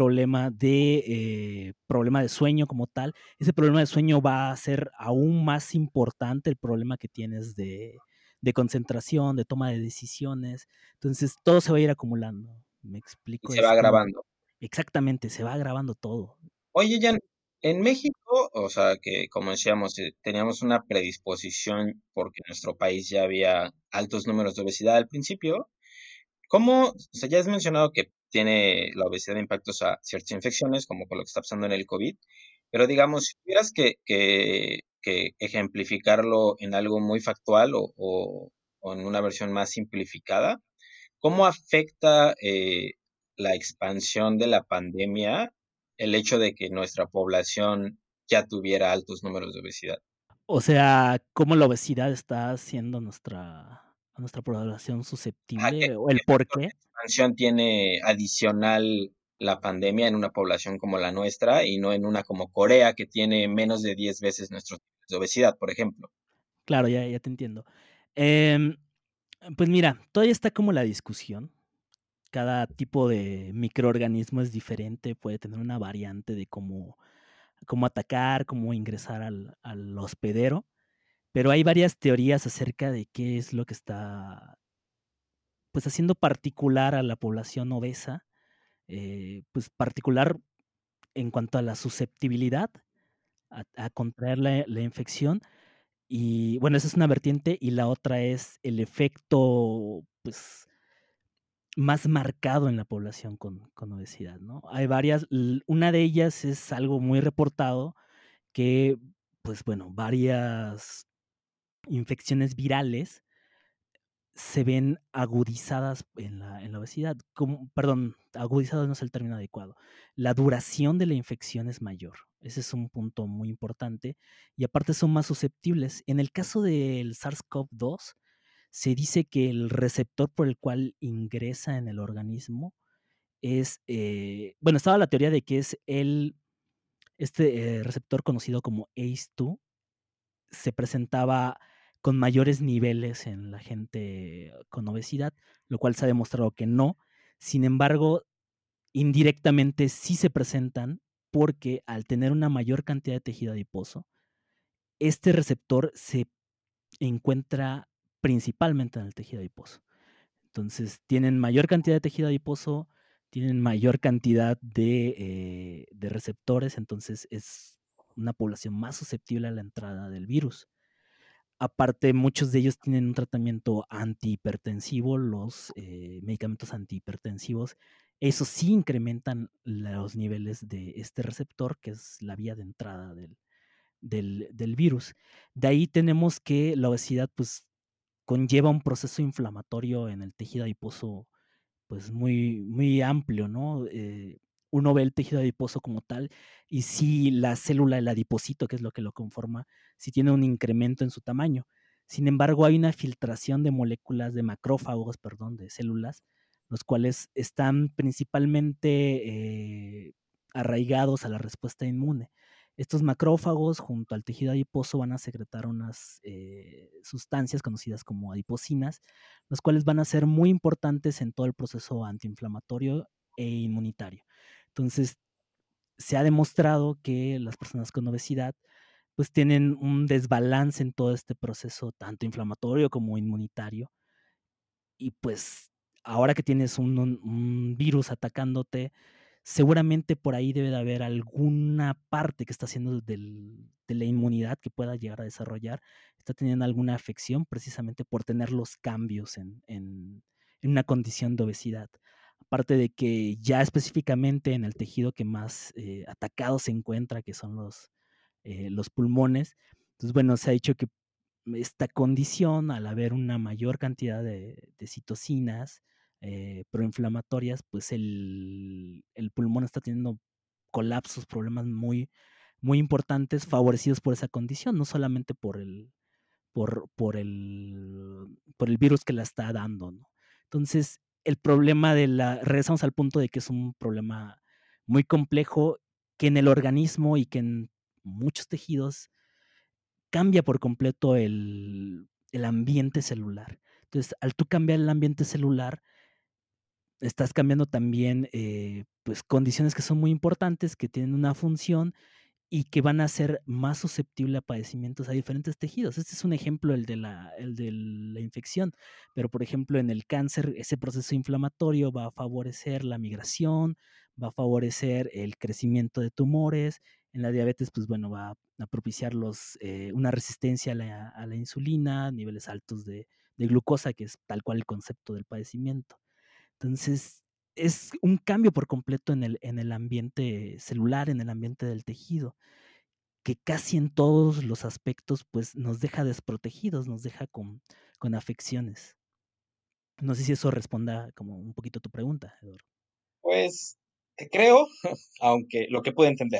problema de sueño como tal. Ese problema de sueño va a ser aún más importante el problema que tienes de concentración, de toma de decisiones. Entonces, todo se va a ir acumulando. ¿Me Y explico? se Es va como agravando. exactamente, se va agravando todo. Oye, Jan, en México, o sea, que como decíamos, teníamos una predisposición porque en nuestro país ya había altos números de obesidad al principio. ¿Cómo, o sea, ya has mencionado que tiene la obesidad impactos a ciertas infecciones, como con lo que está pasando en el COVID, pero digamos, si tuvieras que ejemplificarlo en algo muy factual o en una versión más simplificada, ¿cómo afecta la expansión de la pandemia el hecho de que nuestra población ya tuviera altos números de obesidad? O sea, cómo la obesidad está haciendo a nuestra población Ajá, susceptible, o qué el por factor de qué. expansión tiene adicional la pandemia en una población como la nuestra y no en una como Corea que tiene menos de 10 veces nuestros niveles de obesidad, por ejemplo? Claro, ya te entiendo. Em, pues mira, todavía está como la discusión. Cada tipo de microorganismo es diferente, puede tener una variante de cómo atacar, cómo ingresar al hospedero, pero hay varias teorías acerca de qué es lo que está, pues, haciendo particular a la población obesa, pues, particular en cuanto a la susceptibilidad a contraer la infección. Y bueno, esa es una vertiente, y la otra es el efecto, pues, más marcado en la población con obesidad, ¿no? Hay varias, una de ellas es algo muy reportado que, pues bueno, varias infecciones virales se ven agudizadas en la obesidad. Como, perdón, agudizadas no es el término adecuado. La duración de la infección es mayor. Ese es un punto muy importante. Y aparte son más susceptibles. En el caso del SARS-CoV-2, se dice que el receptor por el cual ingresa en el organismo es, bueno, estaba la teoría de que es este receptor conocido como ACE2, se presentaba con mayores niveles en la gente con obesidad, lo cual se ha demostrado que no. Sin embargo, indirectamente sí se presentan porque al tener una mayor cantidad de tejido adiposo, este receptor se encuentra principalmente en el tejido adiposo. Entonces, tienen mayor cantidad de tejido adiposo, tienen mayor cantidad de receptores, entonces es una población más susceptible a la entrada del virus. Aparte, muchos de ellos tienen un tratamiento antihipertensivo, los medicamentos antihipertensivos. Esos sí incrementan los niveles de este receptor, que es la vía de entrada del virus. De ahí tenemos que la obesidad, pues, conlleva un proceso inflamatorio en el tejido adiposo, pues, muy amplio, ¿no? Uno ve el tejido adiposo como tal, y si la célula, el adipocito, que es lo que lo conforma, sí tiene un incremento en su tamaño. Sin embargo, hay una filtración de moléculas de macrófagos, perdón, de células, los cuales están principalmente, arraigados a la respuesta inmune. Estos macrófagos, junto al tejido adiposo, van a secretar unas, sustancias conocidas como adipocinas, los cuales van a ser muy importantes en todo el proceso antiinflamatorio e inmunitario. Entonces, se ha demostrado que las personas con obesidad, pues, tienen un desbalance en todo este proceso, tanto inflamatorio como inmunitario. Y, pues, ahora que tienes un virus atacándote, seguramente por ahí debe de haber alguna parte que está haciendo de la inmunidad que pueda llegar a desarrollar, está teniendo alguna afección precisamente por tener los cambios en una condición de obesidad. Aparte de que ya específicamente en el tejido que más, atacado se encuentra, que son los pulmones, pues, bueno, se ha dicho que esta condición, al haber una mayor cantidad de citocinas, proinflamatorias, pues el pulmón está teniendo colapsos, problemas muy importantes, favorecidos por esa condición, no solamente por el virus que la está dando, ¿no? Entonces, el problema regresamos al punto de que es un problema muy complejo, que en el organismo y que en muchos tejidos cambia por completo el ambiente celular. Entonces, al tú cambiar el ambiente celular, estás cambiando también, pues, condiciones que son muy importantes, que tienen una función y que van a ser más susceptible a padecimientos a diferentes tejidos. Este es un ejemplo, el de la infección, pero, por ejemplo, en el cáncer, ese proceso inflamatorio va a favorecer la migración, va a favorecer el crecimiento de tumores. En la diabetes, pues, bueno, va a propiciar una resistencia a la insulina, niveles altos de glucosa, que es tal cual el concepto del padecimiento. Entonces, es un cambio por completo en el ambiente celular, en el ambiente del tejido, que casi en todos los aspectos, pues, nos deja desprotegidos, nos deja con afecciones. No sé si eso responda como un poquito a tu pregunta, Eduardo. Pues te creo, aunque lo que pude entender.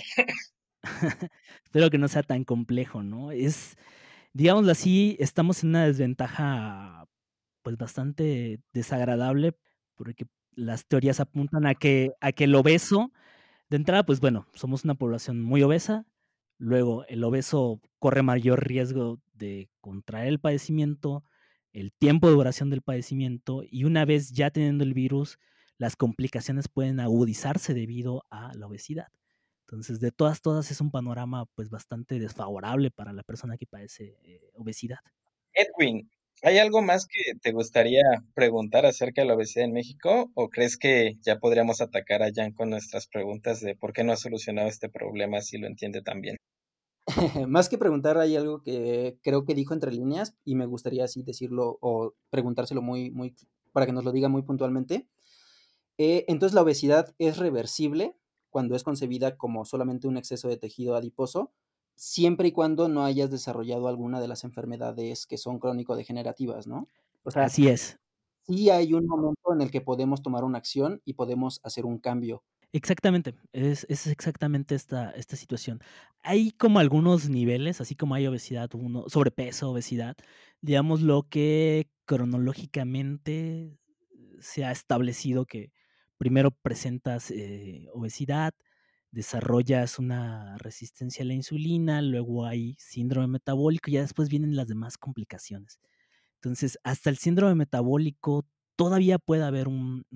Espero que no sea tan complejo, ¿no? Digámoslo así, estamos en una desventaja, pues, bastante desagradable, porque las teorías apuntan a que el obeso. De entrada, pues bueno, somos una población muy obesa, luego el obeso corre mayor riesgo de contraer el padecimiento, el tiempo de duración del padecimiento, y una vez ya teniendo el virus, las complicaciones pueden agudizarse debido a la obesidad. Entonces, de todas es un panorama, pues, bastante desfavorable para la persona que padece, obesidad. Edwin, ¿hay algo más que te gustaría preguntar acerca de la obesidad en México? ¿O crees que ya podríamos atacar a Jan con nuestras preguntas de por qué no ha solucionado este problema si lo entiende tan bien? Más que preguntar, hay algo que creo que dijo entre líneas y me gustaría así decirlo o preguntárselo muy para que nos lo diga muy puntualmente. Entonces, ¿la obesidad es reversible cuando es concebida como solamente un exceso de tejido adiposo, siempre y cuando no hayas desarrollado alguna de las enfermedades que son crónico-degenerativas, ¿no? O sea, Así es. sí hay un momento en el que podemos tomar una acción y podemos hacer un cambio. Exactamente, es exactamente esta situación. Hay como algunos niveles, así como hay obesidad, sobrepeso, obesidad, digamos, lo que cronológicamente se ha establecido que primero presentas, obesidad, desarrollas una resistencia a la insulina, luego hay síndrome metabólico, y ya después vienen las demás complicaciones. Entonces, hasta el síndrome metabólico todavía puede haber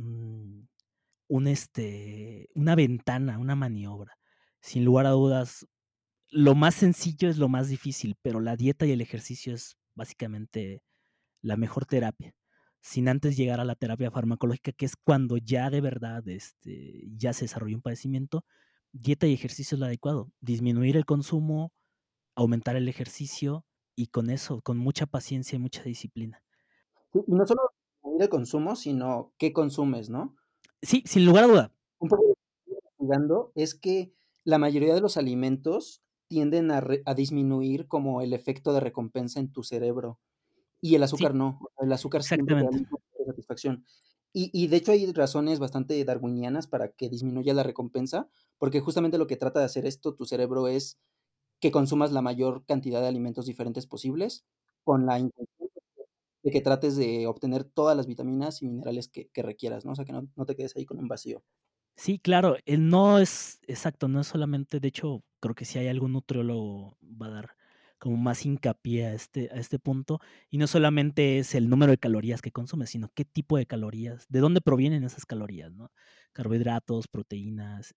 una ventana, una maniobra. Sin lugar a dudas, lo más sencillo es lo más difícil, pero la dieta y el ejercicio es básicamente la mejor terapia, sin antes llegar a la terapia farmacológica, que es cuando ya de verdad ya se desarrolló un padecimiento. Dieta y ejercicio es lo adecuado. Disminuir el consumo, aumentar el ejercicio y con eso, con mucha paciencia y mucha disciplina. Sí, y no solo disminuir el consumo, sino qué consumes, ¿no? Sí, sin lugar a duda. Un poco lo que estoy investigando es que la mayoría de los alimentos tienden a disminuir como el efecto de recompensa en tu cerebro, y el Sí, azúcar no. El azúcar siempre te da exactamente. el mismo tipo de satisfacción. Y de hecho hay razones bastante darwinianas para que disminuya la recompensa, porque justamente lo que trata de hacer esto, tu cerebro, es que consumas la mayor cantidad de alimentos diferentes posibles, con la intención de que trates de obtener todas las vitaminas y minerales que requieras, ¿no? O sea, que no te quedes ahí con un vacío. Sí, claro, no es exacto, no es solamente, de hecho, creo que si hay algún nutriólogo va a dar como más hincapié a este punto, y no solamente es el número de calorías que consumes, sino qué tipo de calorías, de dónde provienen esas calorías, ¿no? Carbohidratos, proteínas,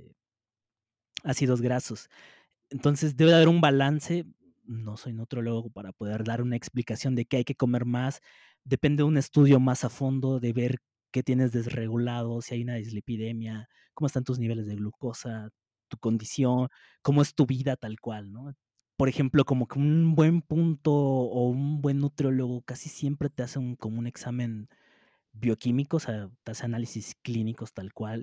ácidos grasos. Entonces, debe de haber un balance. No soy nutriólogo para poder dar una explicación de qué hay que comer más. Depende de un estudio más a fondo, de ver qué tienes desregulado, si hay una dislipidemia, cómo están tus niveles de glucosa, tu condición, cómo es tu vida tal cual, ¿no? Por ejemplo, como que un buen punto o un buen nutriólogo casi siempre te hace como un examen bioquímicos, o sea, te hace análisis clínicos tal cual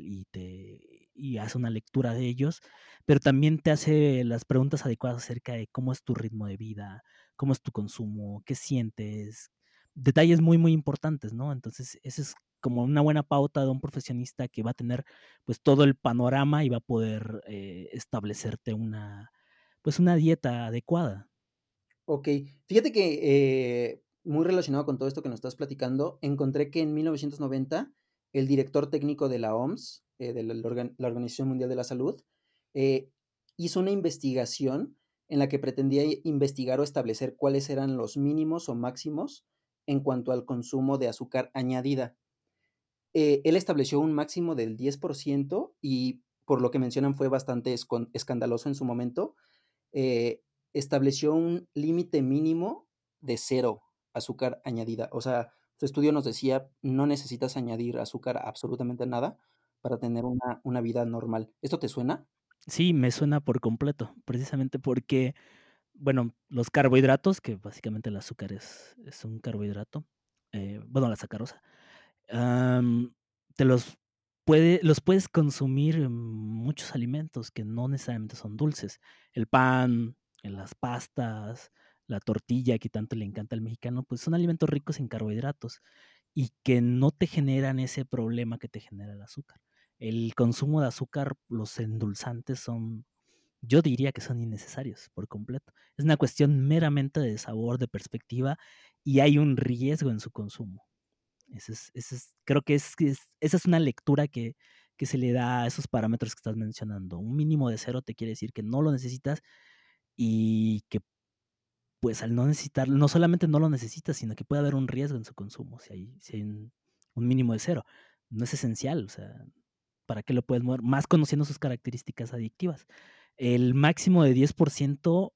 y hace una lectura de ellos, pero también te hace las preguntas adecuadas acerca de cómo es tu ritmo de vida, cómo es tu consumo, qué sientes, detalles muy, muy importantes, ¿no? Entonces, esa es como una buena pauta de un profesionista que va a tener, pues, todo el panorama y va a poder, establecerte pues, una dieta adecuada. Okey. Fíjate que, muy relacionado con todo esto que nos estás platicando, encontré que en 1990 el director técnico de la OMS, de la Organización Mundial de la Salud, eh, hizo una investigación en la que pretendía investigar o establecer cuáles eran los mínimos o máximos en cuanto al consumo de azúcar añadida. Él estableció un máximo del 10% y, por lo que mencionan, fue bastante escandaloso en su momento. Estableció un límite mínimo de cero azúcar añadida. O sea, su estudio nos decía, no necesitas añadir azúcar a absolutamente nada para tener una vida normal. ¿Esto te suena? Sí, me suena por completo, precisamente porque, bueno, los carbohidratos, que básicamente el azúcar es un carbohidrato, bueno, la sacarosa, am, te los puedes consumir en muchos alimentos que no necesariamente son dulces. El pan, en las pastas, la tortilla, que tanto le encanta al mexicano, pues son alimentos ricos en carbohidratos y que no te generan ese problema que te genera el azúcar. El consumo de azúcar, los endulzantes son, yo diría que son innecesarios por completo. Es una cuestión meramente de sabor, de perspectiva, y hay un riesgo en su consumo. Creo que esa es una lectura que se le da a esos parámetros que estás mencionando. Un mínimo de cero te quiere decir que no lo necesitas y que, pues, al no necesitar, no solamente no lo necesitas, sino que puede haber un riesgo en su consumo si hay un mínimo de cero. No es esencial, o sea, ¿para qué lo puedes mover? Más conociendo sus características adictivas. El máximo de 10%,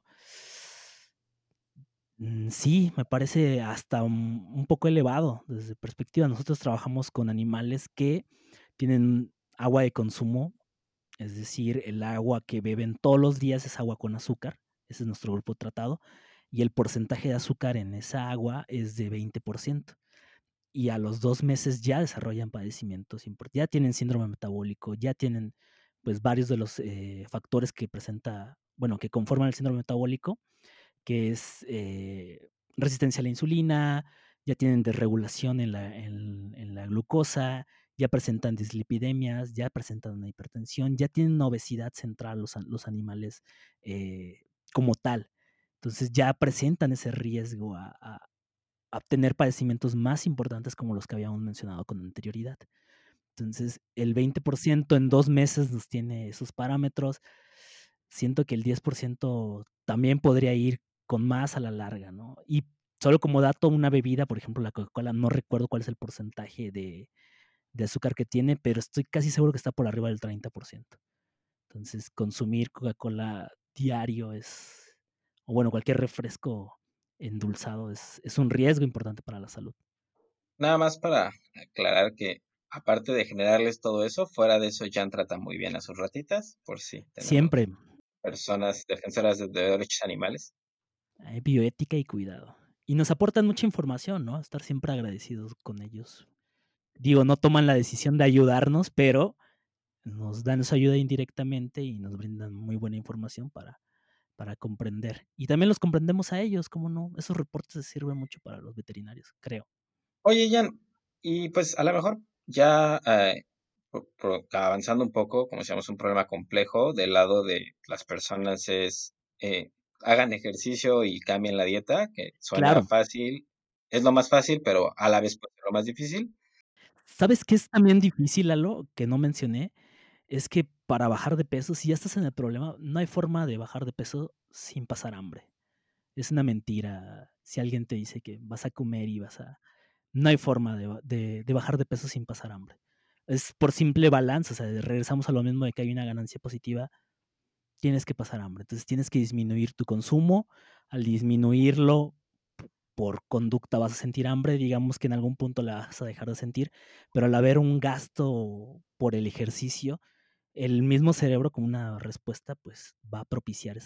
sí, me parece hasta un poco elevado desde perspectiva. Nosotros trabajamos con animales que tienen agua de consumo, es decir, el agua que beben todos los días es agua con azúcar, ese es nuestro grupo tratado, y el porcentaje de azúcar en esa agua es de 20%. Y a los 2 meses ya desarrollan padecimientos ya tienen síndrome metabólico, ya tienen, pues, varios de los, factores que presenta, bueno, que conforman el síndrome metabólico, que es, resistencia a la insulina, ya tienen desregulación en la glucosa, ya presentan dislipidemias, ya presentan una hipertensión, ya tienen una obesidad central los animales, como tal. Entonces, ya presentan ese riesgo a tener padecimientos más importantes como los que habíamos mencionado con anterioridad. Entonces, el 20% en 2 meses nos tiene esos parámetros. Siento que el 10% también podría ir con más a la larga, ¿no? Y solo como dato, una bebida, por ejemplo, la Coca-Cola, no recuerdo cuál es el porcentaje de azúcar que tiene, pero estoy casi seguro que está por arriba del 30%. Entonces, consumir Coca-Cola diario o bueno, cualquier refresco endulzado es un riesgo importante para la salud. Nada más para aclarar que aparte de generarles todo eso, fuera de eso, Jan trata muy bien a sus ratitas, por si tenemos Siempre personas defensoras de derechos animales. hay bioética y cuidado. Y nos aportan mucha información, ¿no? Estar siempre agradecidos con ellos. Digo, no toman la decisión de ayudarnos, pero nos dan su ayuda indirectamente y nos brindan muy buena información para comprender. Y también los comprendemos a ellos, ¿cómo no? Esos reportes sirven mucho para los veterinarios, creo. Oye, Jan, y pues a lo mejor ya avanzando un poco, como decíamos, un problema complejo del lado de las personas es hagan ejercicio y cambien la dieta, que suena Claro. fácil, es lo más fácil, pero a la vez puede ser lo más difícil. ¿Sabes qué es también difícil, Lalo, que no mencioné? Es que para bajar de peso, si ya estás en el problema, no hay forma de bajar de peso sin pasar hambre. Es una mentira. Si alguien te dice que vas a comer y vas a... No hay forma de bajar de peso sin pasar hambre. Es por simple balance, o sea, regresamos a lo mismo de que hay una ganancia positiva, tienes que pasar hambre. Entonces tienes que disminuir tu consumo. Al disminuirlo por conducta vas a sentir hambre, digamos que en algún punto la vas a dejar de sentir, pero al haber un gasto por el ejercicio, el mismo cerebro como una respuesta, pues va a propiciar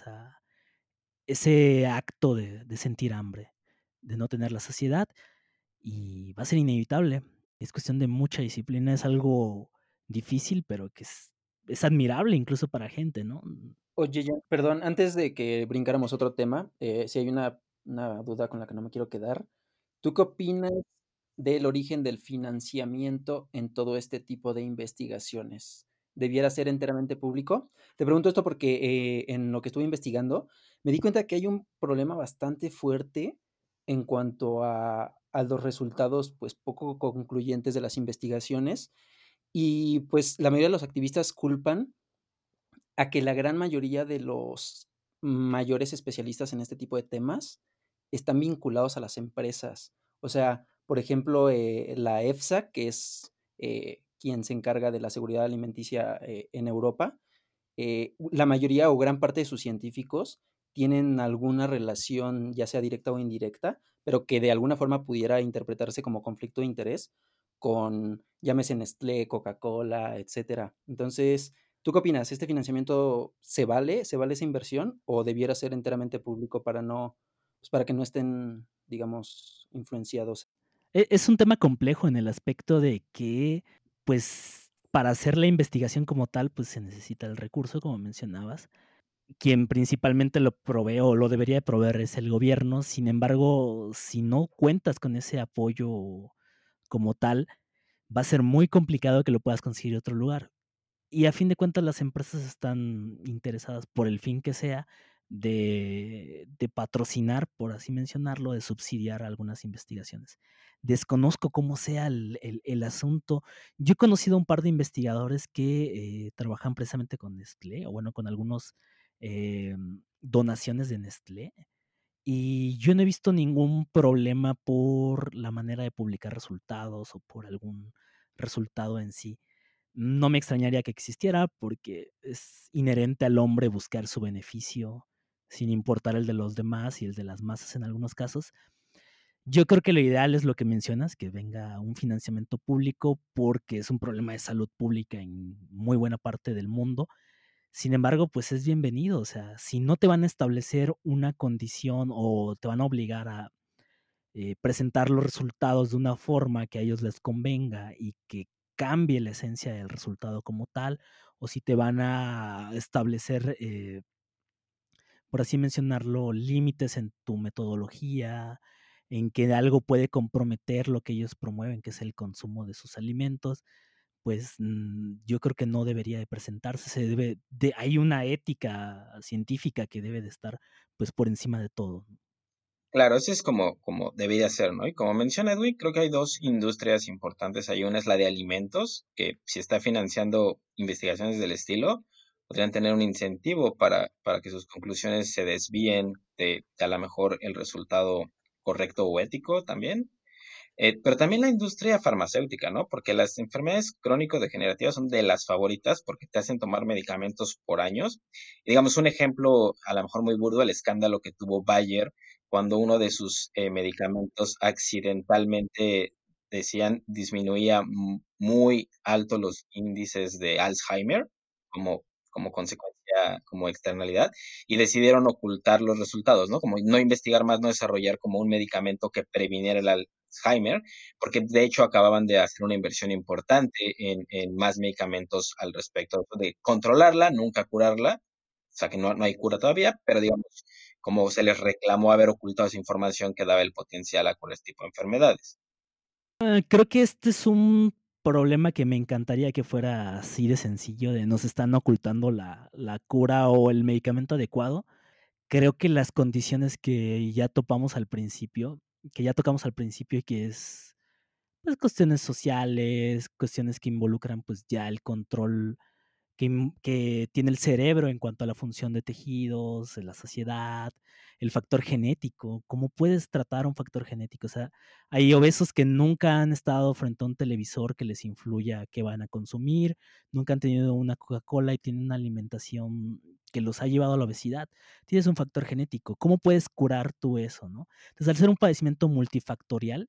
ese acto de sentir hambre, de no tener la saciedad y va a ser inevitable. Es cuestión de mucha disciplina, es algo difícil, pero que es admirable incluso para gente, ¿no? Oye, ya, perdón, antes de que brincáramos a otro tema, si hay una duda con la que no me quiero quedar. ¿Tú qué opinas del origen del financiamiento en todo este tipo de investigaciones? ¿Debiera ser enteramente público? Te pregunto esto porque en lo que estuve investigando me di cuenta que hay un problema bastante fuerte en cuanto a los resultados pues poco concluyentes de las investigaciones y pues la mayoría de los activistas culpan a que la gran mayoría de los mayores especialistas en este tipo de temas están vinculados a las empresas. O sea, por ejemplo, la EFSA, que es quien se encarga de la seguridad alimenticia en Europa, la mayoría o gran parte de sus científicos tienen alguna relación, ya sea directa o indirecta, pero que de alguna forma pudiera interpretarse como conflicto de interés con, llámese Nestlé, Coca-Cola, etcétera. Entonces, ¿tú qué opinas? ¿Este financiamiento se vale? ¿Se vale esa inversión? ¿O debiera ser enteramente público para no, pues para que no estén, digamos, influenciados? Es un tema complejo en el aspecto de que, pues, para hacer la investigación como tal, pues se necesita el recurso, como mencionabas. Quien principalmente lo provee o lo debería de proveer es el gobierno. Sin embargo, si no cuentas con ese apoyo como tal, va a ser muy complicado que lo puedas conseguir en otro lugar. Y a fin de cuentas, las empresas están interesadas por el fin que sea de patrocinar, por así mencionarlo, de subsidiar algunas investigaciones. Desconozco cómo sea el asunto. Yo he conocido a un par de investigadores que trabajan precisamente con Nestlé, o bueno, con algunos donaciones de Nestlé, y yo no he visto ningún problema por la manera de publicar resultados o por algún resultado en sí. No me extrañaría que existiera porque es inherente al hombre buscar su beneficio sin importar el de los demás y el de las masas en algunos casos. Yo creo que lo ideal es lo que mencionas, que venga un financiamiento público porque es un problema de salud pública en muy buena parte del mundo. Sin embargo, pues es bienvenido. O sea, si no te van a establecer una condición o te van a obligar a presentar los resultados de una forma que a ellos les convenga y que cambie la esencia del resultado como tal, o si te van a establecer, por así mencionarlo, límites en tu metodología, en que algo puede comprometer lo que ellos promueven, que es el consumo de sus alimentos, pues yo creo que no debería de presentarse, hay una ética científica que debe de estar pues por encima de todo. Claro, eso es como debería ser, ¿no? Y como menciona Edwin, creo que hay dos industrias importantes ahí. Una es la de alimentos, que si está financiando investigaciones del estilo, podrían tener un incentivo para que sus conclusiones se desvíen de a lo mejor el resultado correcto o ético también. Pero también la industria farmacéutica, ¿no? Porque las enfermedades crónico-degenerativas son de las favoritas porque te hacen tomar medicamentos por años. Y digamos, un ejemplo, a lo mejor muy burdo, el escándalo que tuvo Bayer cuando uno de sus medicamentos accidentalmente, decían, disminuía muy alto los índices de Alzheimer como, como consecuencia, como externalidad, y decidieron ocultar los resultados, ¿no? Como no investigar más, no desarrollar como un medicamento que previniera el Alzheimer, porque de hecho acababan de hacer una inversión importante en más medicamentos al respecto, de controlarla, nunca curarla, o sea que no hay cura todavía, pero digamos, como se les reclamó haber ocultado esa información que daba el potencial a cuál tipo de enfermedades. Creo que este es un problema que me encantaría que fuera así de sencillo, de nos están ocultando la cura o el medicamento adecuado. Creo que las condiciones que ya tocamos al principio y que es, pues, cuestiones sociales, cuestiones que involucran, pues, ya el control que tiene el cerebro en cuanto a la función de tejidos, la saciedad, el factor genético. ¿Cómo puedes tratar un factor genético? O sea, hay obesos que nunca han estado frente a un televisor que les influya qué van a consumir, nunca han tenido una Coca-Cola y tienen una alimentación que los ha llevado a la obesidad. Tienes un factor genético. ¿Cómo puedes curar tú eso, no? Entonces, al ser un padecimiento multifactorial,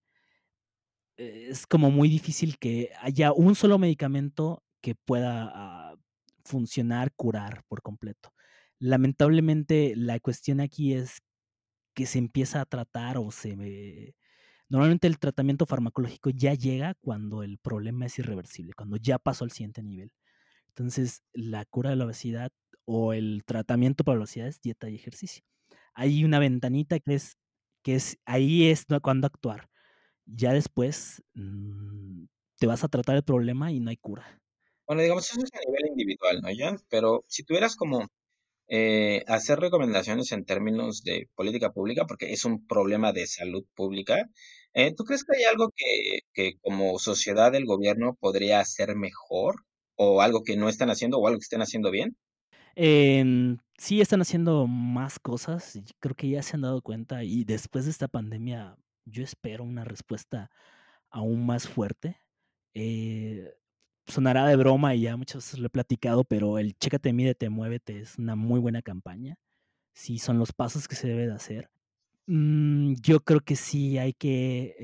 es como muy difícil que haya un solo medicamento que pueda, funcionar, curar por completo. Lamentablemente, la cuestión aquí es que se empieza a tratar normalmente el tratamiento farmacológico ya llega cuando el problema es irreversible, cuando ya pasó al siguiente nivel. Entonces, la cura de la obesidad o el tratamiento para la obesidad es dieta y ejercicio. Hay una ventanita que es ahí es cuando actuar. Ya después, te vas a tratar el problema y no hay cura. Bueno, digamos, eso es a nivel individual, ¿no, Jan? Pero si tuvieras como hacer recomendaciones en términos de política pública, porque es un problema de salud pública, ¿tú crees que hay algo que como sociedad el gobierno podría hacer mejor? ¿O algo que no están haciendo o algo que estén haciendo bien? Sí están haciendo más cosas, y creo que ya se han dado cuenta, y después de esta pandemia, yo espero una respuesta aún más fuerte. Eh, Sonará de broma y ya muchas veces lo he platicado, pero el Chécate, Mídete, Muévete es una muy buena campaña. Sí, son los pasos que se debe de hacer. Yo creo que sí hay que,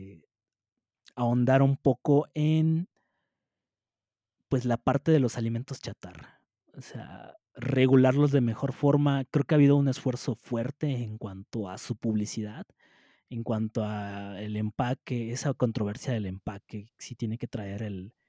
ahondar un poco en, pues, la parte de los alimentos chatarra. O sea, regularlos de mejor forma. Creo que ha habido un esfuerzo fuerte en cuanto a su publicidad, en cuanto a el empaque, esa controversia del empaque, si tiene que traer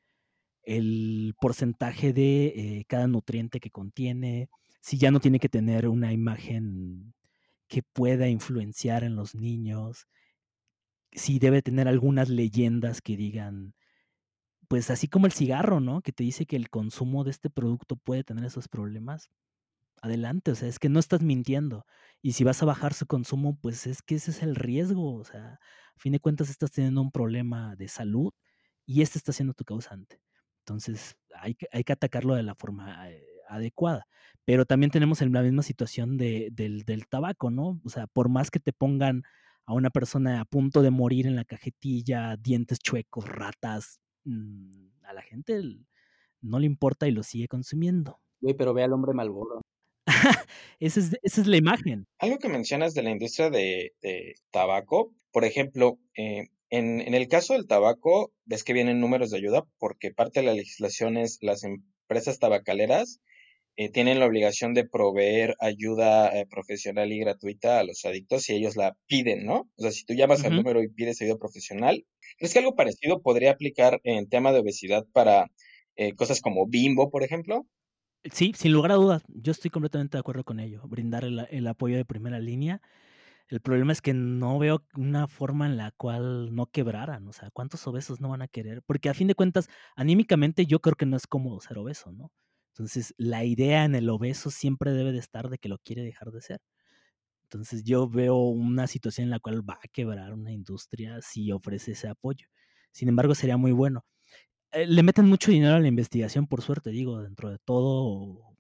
el porcentaje de, cada nutriente que contiene, si ya no tiene que tener una imagen que pueda influenciar en los niños, si debe tener algunas leyendas que digan, pues, así como el cigarro, ¿no? Que te dice que el consumo de este producto puede tener esos problemas. Adelante, o sea, es que no estás mintiendo. Y si vas a bajar su consumo, pues es que ese es el riesgo. O sea, a fin de cuentas estás teniendo un problema de salud y este está siendo tu causante. Entonces, hay que atacarlo de la forma, adecuada. Pero también tenemos la misma situación del tabaco, ¿no? O sea, por más que te pongan a una persona a punto de morir en la cajetilla, dientes chuecos, ratas, a la gente no le importa y lo sigue consumiendo. Güey, pero ve al hombre Malboro. Esa es la imagen. Algo que mencionas de la industria de tabaco, por ejemplo, en el caso del tabaco, ves que vienen números de ayuda porque parte de la legislación es las empresas tabacaleras tienen la obligación de proveer ayuda profesional y gratuita a los adictos si ellos la piden, ¿no? O sea, si tú llamas al Ujú. número y pides ayuda profesional, ¿crees que algo parecido podría aplicar en tema de obesidad para cosas como Bimbo, por ejemplo? Sí, sin lugar a dudas, yo estoy completamente de acuerdo con ello, brindar el apoyo de primera línea. El problema es que no veo una forma en la cual no quebraran, o sea, ¿cuántos obesos no van a querer? Porque a fin de cuentas, anímicamente yo creo que no es cómodo ser obeso, ¿no? Entonces, la idea en el obeso siempre debe de estar de que lo quiere dejar de ser. Entonces, yo veo una situación en la cual va a quebrar una industria si ofrece ese apoyo. Sin embargo, sería muy bueno. Le meten mucho dinero a la investigación, por suerte, digo, dentro de todo,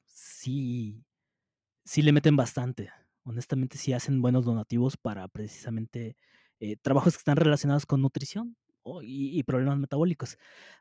sí le meten bastante. Honestamente, sí hacen buenos donativos para precisamente, trabajos que están relacionados con nutrición, y problemas metabólicos.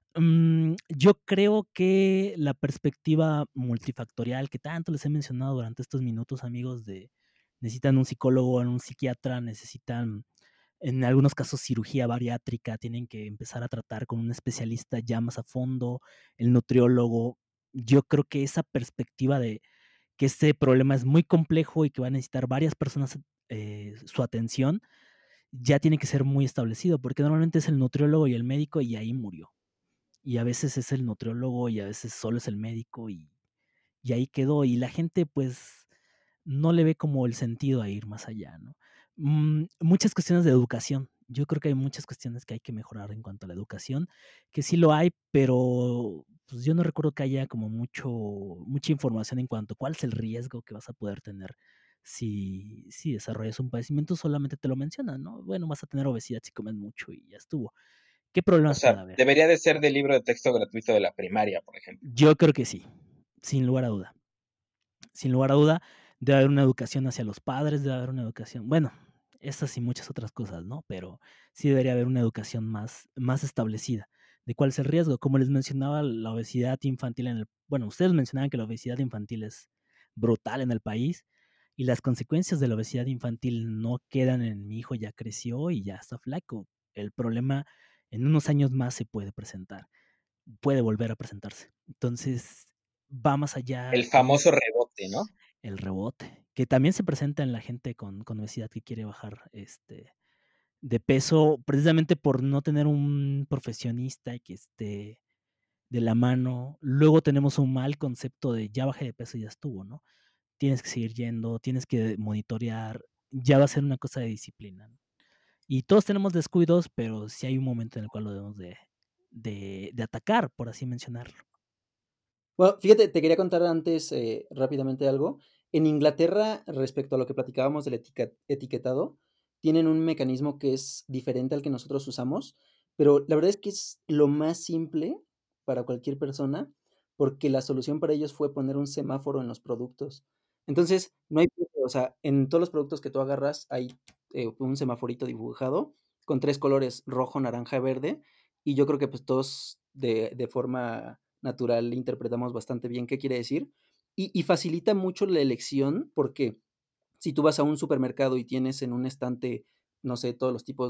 Yo creo que la perspectiva multifactorial que tanto les he mencionado durante estos minutos, amigos, necesitan un psicólogo, un psiquiatra, necesitan en algunos casos cirugía bariátrica, tienen que empezar a tratar con un especialista ya más a fondo, el nutriólogo. Yo creo que esa perspectiva de que este problema es muy complejo y que va a necesitar varias personas su atención, ya tiene que ser muy establecido, porque normalmente es el nutriólogo y el médico y ahí murió. Y a veces es el nutriólogo y a veces solo es el médico y ahí quedó. Y la gente pues no le ve como el sentido a ir más allá, ¿no? Muchas cuestiones de educación. Yo creo que hay muchas cuestiones que hay que mejorar en cuanto a la educación, que sí lo hay, pero pues yo no recuerdo que haya como mucha información en cuanto a cuál es el riesgo que vas a poder tener si desarrollas un padecimiento, solamente te lo mencionan, ¿no? Bueno, vas a tener obesidad si comes mucho y ya estuvo. ¿Qué O problemas puede sea, haber? debería de ser del libro de texto gratuito de la primaria, por ejemplo. Yo creo que sí, sin lugar a duda. Sin lugar a duda, debe haber una educación hacia los padres, debe haber una educación, bueno, estas y muchas otras cosas, ¿no? Pero sí debería haber una educación más establecida de cuál es el riesgo. Como les mencionaba, la obesidad infantil bueno, ustedes mencionaban que la obesidad infantil es brutal en el país y las consecuencias de la obesidad infantil no quedan en mi hijo ya creció y ya está flaco. El problema en unos años más se puede presentar, puede volver a presentarse. Entonces, va más El allá famoso rebote, ¿no? el rebote, que también se presenta en la gente con obesidad que quiere bajar de peso, precisamente por no tener un profesionista que esté de la mano. Luego tenemos un mal concepto de ya bajé de peso y ya estuvo, ¿no? Tienes que seguir yendo, tienes que monitorear, ya va a ser una cosa de disciplina, ¿no? Y todos tenemos descuidos, pero sí hay un momento en el cual lo debemos de atacar, por así mencionarlo. Bueno, fíjate, te quería contar antes rápidamente algo. En Inglaterra, respecto a lo que platicábamos del etiquetado, tienen un mecanismo que es diferente al que nosotros usamos, pero la verdad es que es lo más simple para cualquier persona, porque la solución para ellos fue poner un semáforo en los productos. Entonces, no hay, o sea, en todos los productos que tú agarras hay un semaforito dibujado con tres colores, rojo, naranja, verde, y yo creo que pues todos de forma natural interpretamos bastante bien qué quiere decir y facilita mucho la elección porque si tú vas a un supermercado y tienes en un estante, no sé, todos los tipos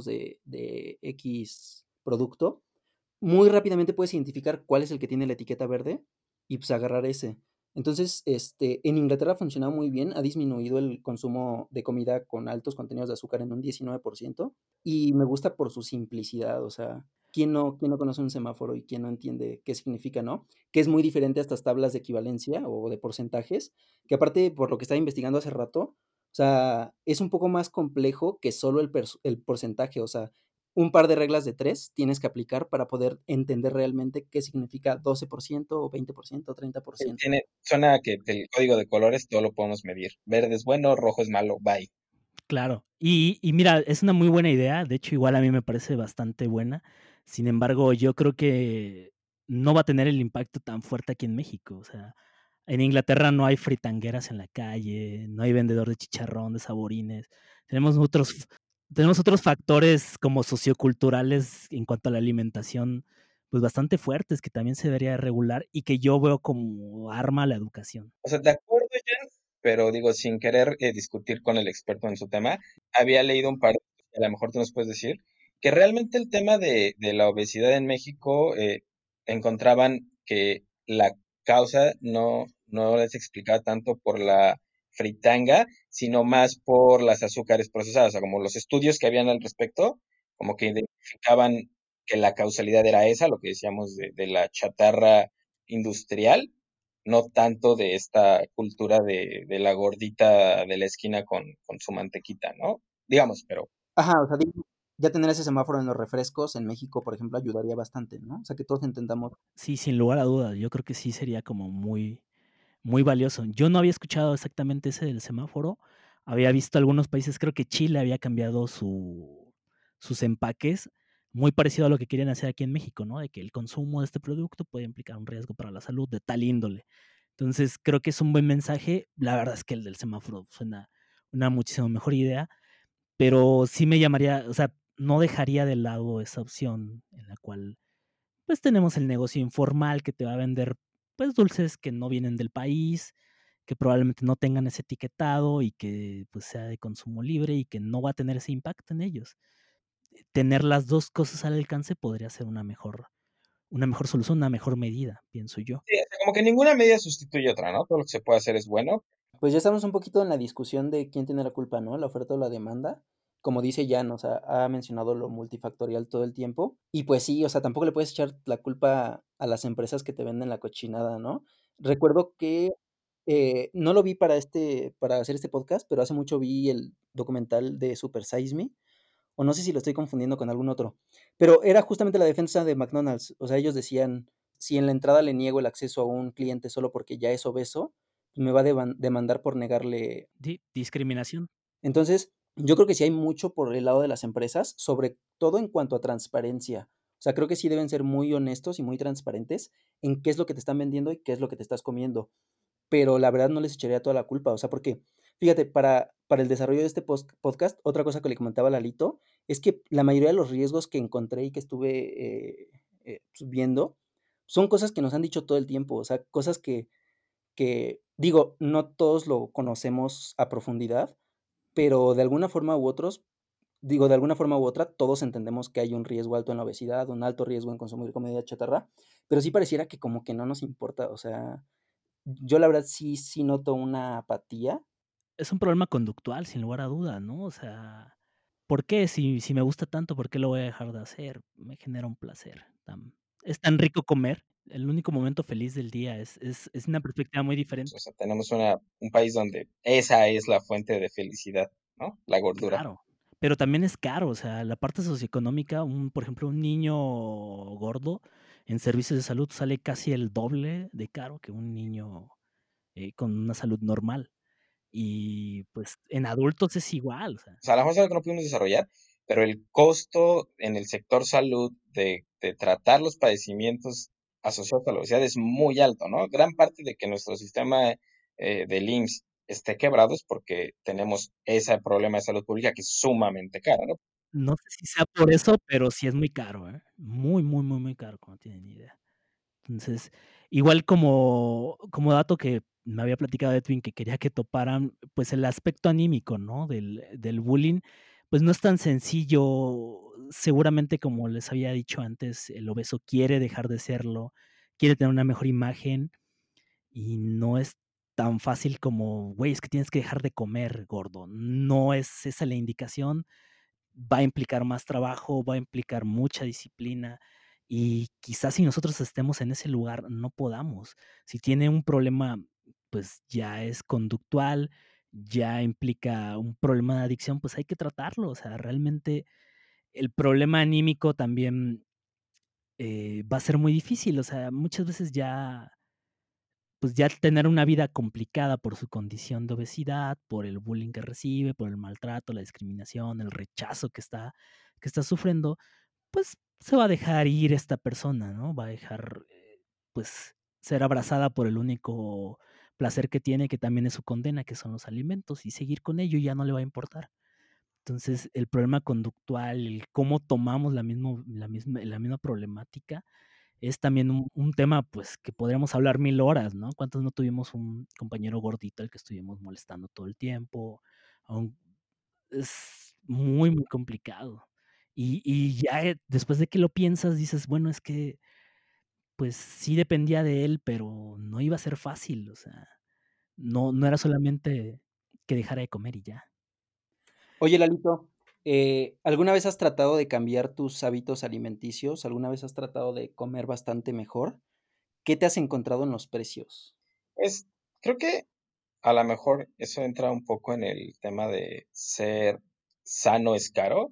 de X producto, muy rápidamente puedes identificar cuál es el que tiene la etiqueta verde y pues agarrar ese. Entonces, en Inglaterra ha funcionado muy bien, ha disminuido el consumo de comida con altos contenidos de azúcar en un 19% y me gusta por su simplicidad, o sea, ¿quién no conoce un semáforo y quién no entiende qué significa, no? Que es muy diferente a estas tablas de equivalencia o de porcentajes, que aparte, por lo que estaba investigando hace rato, o sea, es un poco más complejo que solo el porcentaje, o sea, un par de reglas de tres tienes que aplicar para poder entender realmente qué significa 12% o 20% o 30%. Suena que el código de colores todo lo podemos medir. Verde es bueno, rojo es malo, bye. Claro. Y mira, es una muy buena idea, de hecho, igual a mí me parece bastante buena. Sin embargo, yo creo que no va a tener el impacto tan fuerte aquí en México. O sea, en Inglaterra no hay fritangueras en la calle, no hay vendedor de chicharrón, de saborines. Tenemos otros tenemos otros factores como socioculturales en cuanto a la alimentación, pues, bastante fuertes que también se debería regular y que yo veo como arma a la educación. O sea, de acuerdo, Jan, pero digo, sin querer discutir con el experto en su tema, había leído un par de cosas que a lo mejor tú nos puedes decir, que realmente el tema de la obesidad en México encontraban que la causa no les explicaba tanto por la fritanga, sino más por las azúcares procesadas, o sea, como los estudios que habían al respecto, como que identificaban que la causalidad era esa, lo que decíamos de la chatarra industrial, no tanto de esta cultura de la gordita de la esquina con su mantequita, ¿no? Digamos, pero Ajá, o sea, digo, ya tener ese semáforo en los refrescos en México, por ejemplo, ayudaría bastante, ¿no? O sea, que todos entendamos. Sí, sin lugar a dudas, yo creo que sí sería como muy valioso. Yo no había escuchado exactamente ese del semáforo. Había visto algunos países, creo que Chile había cambiado sus empaques, muy parecido a lo que querían hacer aquí en México, ¿no? De que el consumo de este producto puede implicar un riesgo para la salud de tal índole. Entonces, creo que es un buen mensaje. La verdad es que el del semáforo suena una muchísimo mejor idea, pero sí me llamaría, o sea, no dejaría de lado esa opción en la cual pues tenemos el negocio informal que te va a vender pues dulces que no vienen del país, que probablemente no tengan ese etiquetado y que pues sea de consumo libre y que no va a tener ese impacto en ellos. Tener las 2 cosas al alcance podría ser una mejor solución, una mejor medida, pienso yo. Sí, o sea, como que ninguna medida sustituye otra, ¿no? Todo lo que se puede hacer es bueno. Pues ya estamos un poquito en la discusión de quién tiene la culpa, ¿no? La oferta o la demanda. Como dice Jan, o sea, ha mencionado lo multifactorial todo el tiempo. Y pues sí, o sea, tampoco le puedes echar la culpa a las empresas que te venden la cochinada, ¿no? Recuerdo que no lo vi para hacer este podcast, pero hace mucho vi el documental de Super Size Me, o no sé si lo estoy confundiendo con algún otro, pero era justamente la defensa de McDonald's. O sea, ellos decían, si en la entrada le niego el acceso a un cliente solo porque ya es obeso, me va a demandar por negarle. Discriminación. Entonces, yo creo que sí hay mucho por el lado de las empresas, sobre todo en cuanto a transparencia. O sea, creo que sí deben ser muy honestos y muy transparentes en qué es lo que te están vendiendo y qué es lo que te estás comiendo, pero la verdad no les echaría toda la culpa, o sea, porque, fíjate, para el desarrollo de este podcast, otra cosa que le comentaba a Lalito es que la mayoría de los riesgos que encontré y que estuve pues, viendo son cosas que nos han dicho todo el tiempo, o sea, cosas que, digo, no todos lo conocemos a profundidad, pero de alguna forma u otros, digo, de alguna forma u otra, todos entendemos que hay un riesgo alto en la obesidad, un alto riesgo en consumir comida chatarra, pero sí pareciera que como que no nos importa, o sea, yo la verdad sí noto una apatía. Es un problema conductual, sin lugar a duda, ¿no? O sea, ¿por qué? Si me gusta tanto, ¿por qué lo voy a dejar de hacer? Me genera un placer. Es tan rico comer. El único momento feliz del día es una perspectiva muy O diferente. sea, tenemos un país donde esa es la fuente de felicidad, ¿no? La gordura. Claro, pero también es caro, o sea, la parte socioeconómica, por ejemplo, un niño gordo en servicios de salud sale casi el doble de caro que un niño, con una salud normal. Y, pues, en adultos es igual, o sea. O sea, a lo mejor es algo que no pudimos desarrollar, pero el costo en el sector salud de tratar los padecimientos asociados a la obesidad es muy alto, ¿no? Gran parte de que nuestro sistema del IMSS esté quebrado es porque tenemos ese problema de salud pública que es sumamente caro, ¿no? No sé si sea por eso, pero sí es muy caro, ¿eh? Muy, muy, muy, muy caro, como no tienen ni idea. Entonces, igual como dato que me había platicado Edwin, que quería que toparan, pues, el aspecto anímico, ¿no? Del bullying, pues, no es tan sencillo. Seguramente, como les había dicho antes, el obeso quiere dejar de serlo, quiere tener una mejor imagen, y no es tan fácil como: "Güey, es que tienes que dejar de comer, gordo". No es esa la indicación. Va a implicar más trabajo, va a implicar mucha disciplina y quizás si nosotros estemos en ese lugar no podamos. Si tiene un problema, pues ya es conductual, ya implica un problema de adicción, pues hay que tratarlo. O sea, realmente el problema anímico también va a ser muy difícil. O sea, muchas veces ya pues ya tener una vida complicada por su condición de obesidad, por el bullying que recibe, por el maltrato, la discriminación, el rechazo que está sufriendo, pues se va a dejar ir esta persona, ¿no? Va a dejar, pues, ser abrazada por el único placer que tiene, que también es su condena, que son los alimentos, y seguir con ello ya no le va a importar. Entonces, el problema conductual, el cómo tomamos la misma problemática, es también un tema, pues, que podríamos hablar 1000 horas, ¿no? ¿Cuántos no tuvimos un compañero gordito al que estuvimos molestando todo el tiempo? Aun Es muy, muy complicado. Y ya, después de que lo piensas, dices: "Bueno, es que, pues, sí dependía de él, pero no iba a ser fácil", o sea, no era solamente que dejara de comer y ya. Oye, Lalito, ¿alguna vez has tratado de cambiar tus hábitos alimenticios? ¿Alguna vez has tratado de comer bastante mejor? ¿Qué te has encontrado en los precios? Pues creo que a lo mejor eso entra un poco en el tema de ser sano es caro.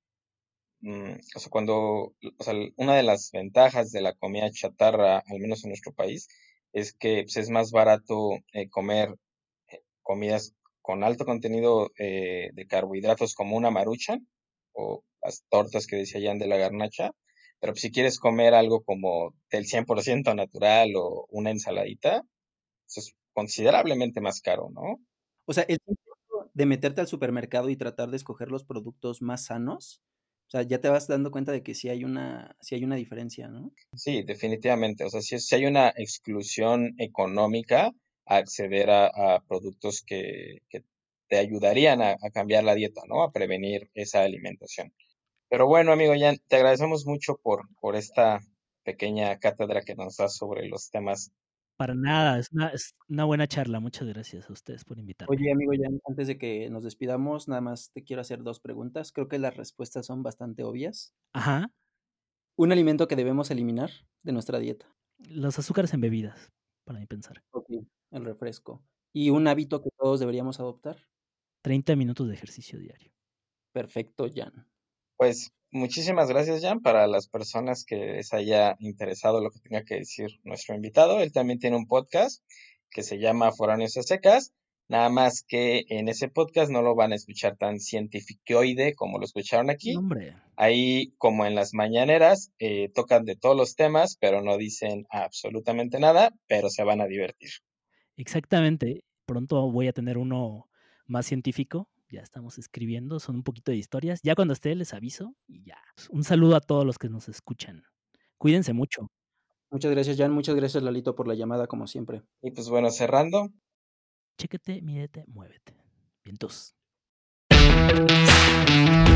O sea, o sea, una de las ventajas de la comida chatarra, al menos en nuestro país, es que pues, es más barato comer comidas con alto contenido de carbohidratos como una maruchan o las tortas que decía Jan de la garnacha. Pero pues, si quieres comer algo como del 100% natural o una ensaladita, eso es considerablemente más caro, ¿no? O sea, el simple hecho de meterte al supermercado y tratar de escoger los productos más sanos, o sea, ya te vas dando cuenta de que sí hay una diferencia, ¿no? Sí, definitivamente. O sea, si hay una exclusión económica a acceder a productos que te ayudarían a cambiar la dieta, ¿no? A prevenir esa alimentación. Pero bueno, amigo Jan, te agradecemos mucho por esta pequeña cátedra que nos das sobre los temas. Para nada, es una buena charla. Muchas gracias a ustedes por invitarme. Oye, amigo Jan, antes de que nos despidamos, nada más te quiero hacer 2 preguntas. Creo que las respuestas son bastante obvias. Ajá, Un alimento que debemos eliminar de nuestra dieta. los azúcares en bebidas, para mi pensar. Okey. El refresco. ¿Y un hábito que todos deberíamos adoptar? 30 minutos de ejercicio diario. Perfecto, Jan. Pues muchísimas gracias, Jan, para las personas que les haya interesado lo que tenga que decir nuestro invitado. Él también tiene un podcast que se llama Foráneos a Secas. Nada más que en ese podcast no lo van a escuchar tan cientificoide como lo escucharon No, aquí. hombre. Ahí, como en las mañaneras, tocan de todos los temas, pero no dicen absolutamente nada, pero se van a divertir. Exactamente. Pronto voy a tener uno más científico. Ya estamos escribiendo, son un poquito de historias. Ya cuando esté les aviso y ya. Un saludo a todos los que nos escuchan. Cuídense mucho. Muchas gracias, Jan. Muchas gracias, Lalito, por la llamada, como siempre. Y pues bueno, cerrando, Chéquete, mídete, muévete. Vientos.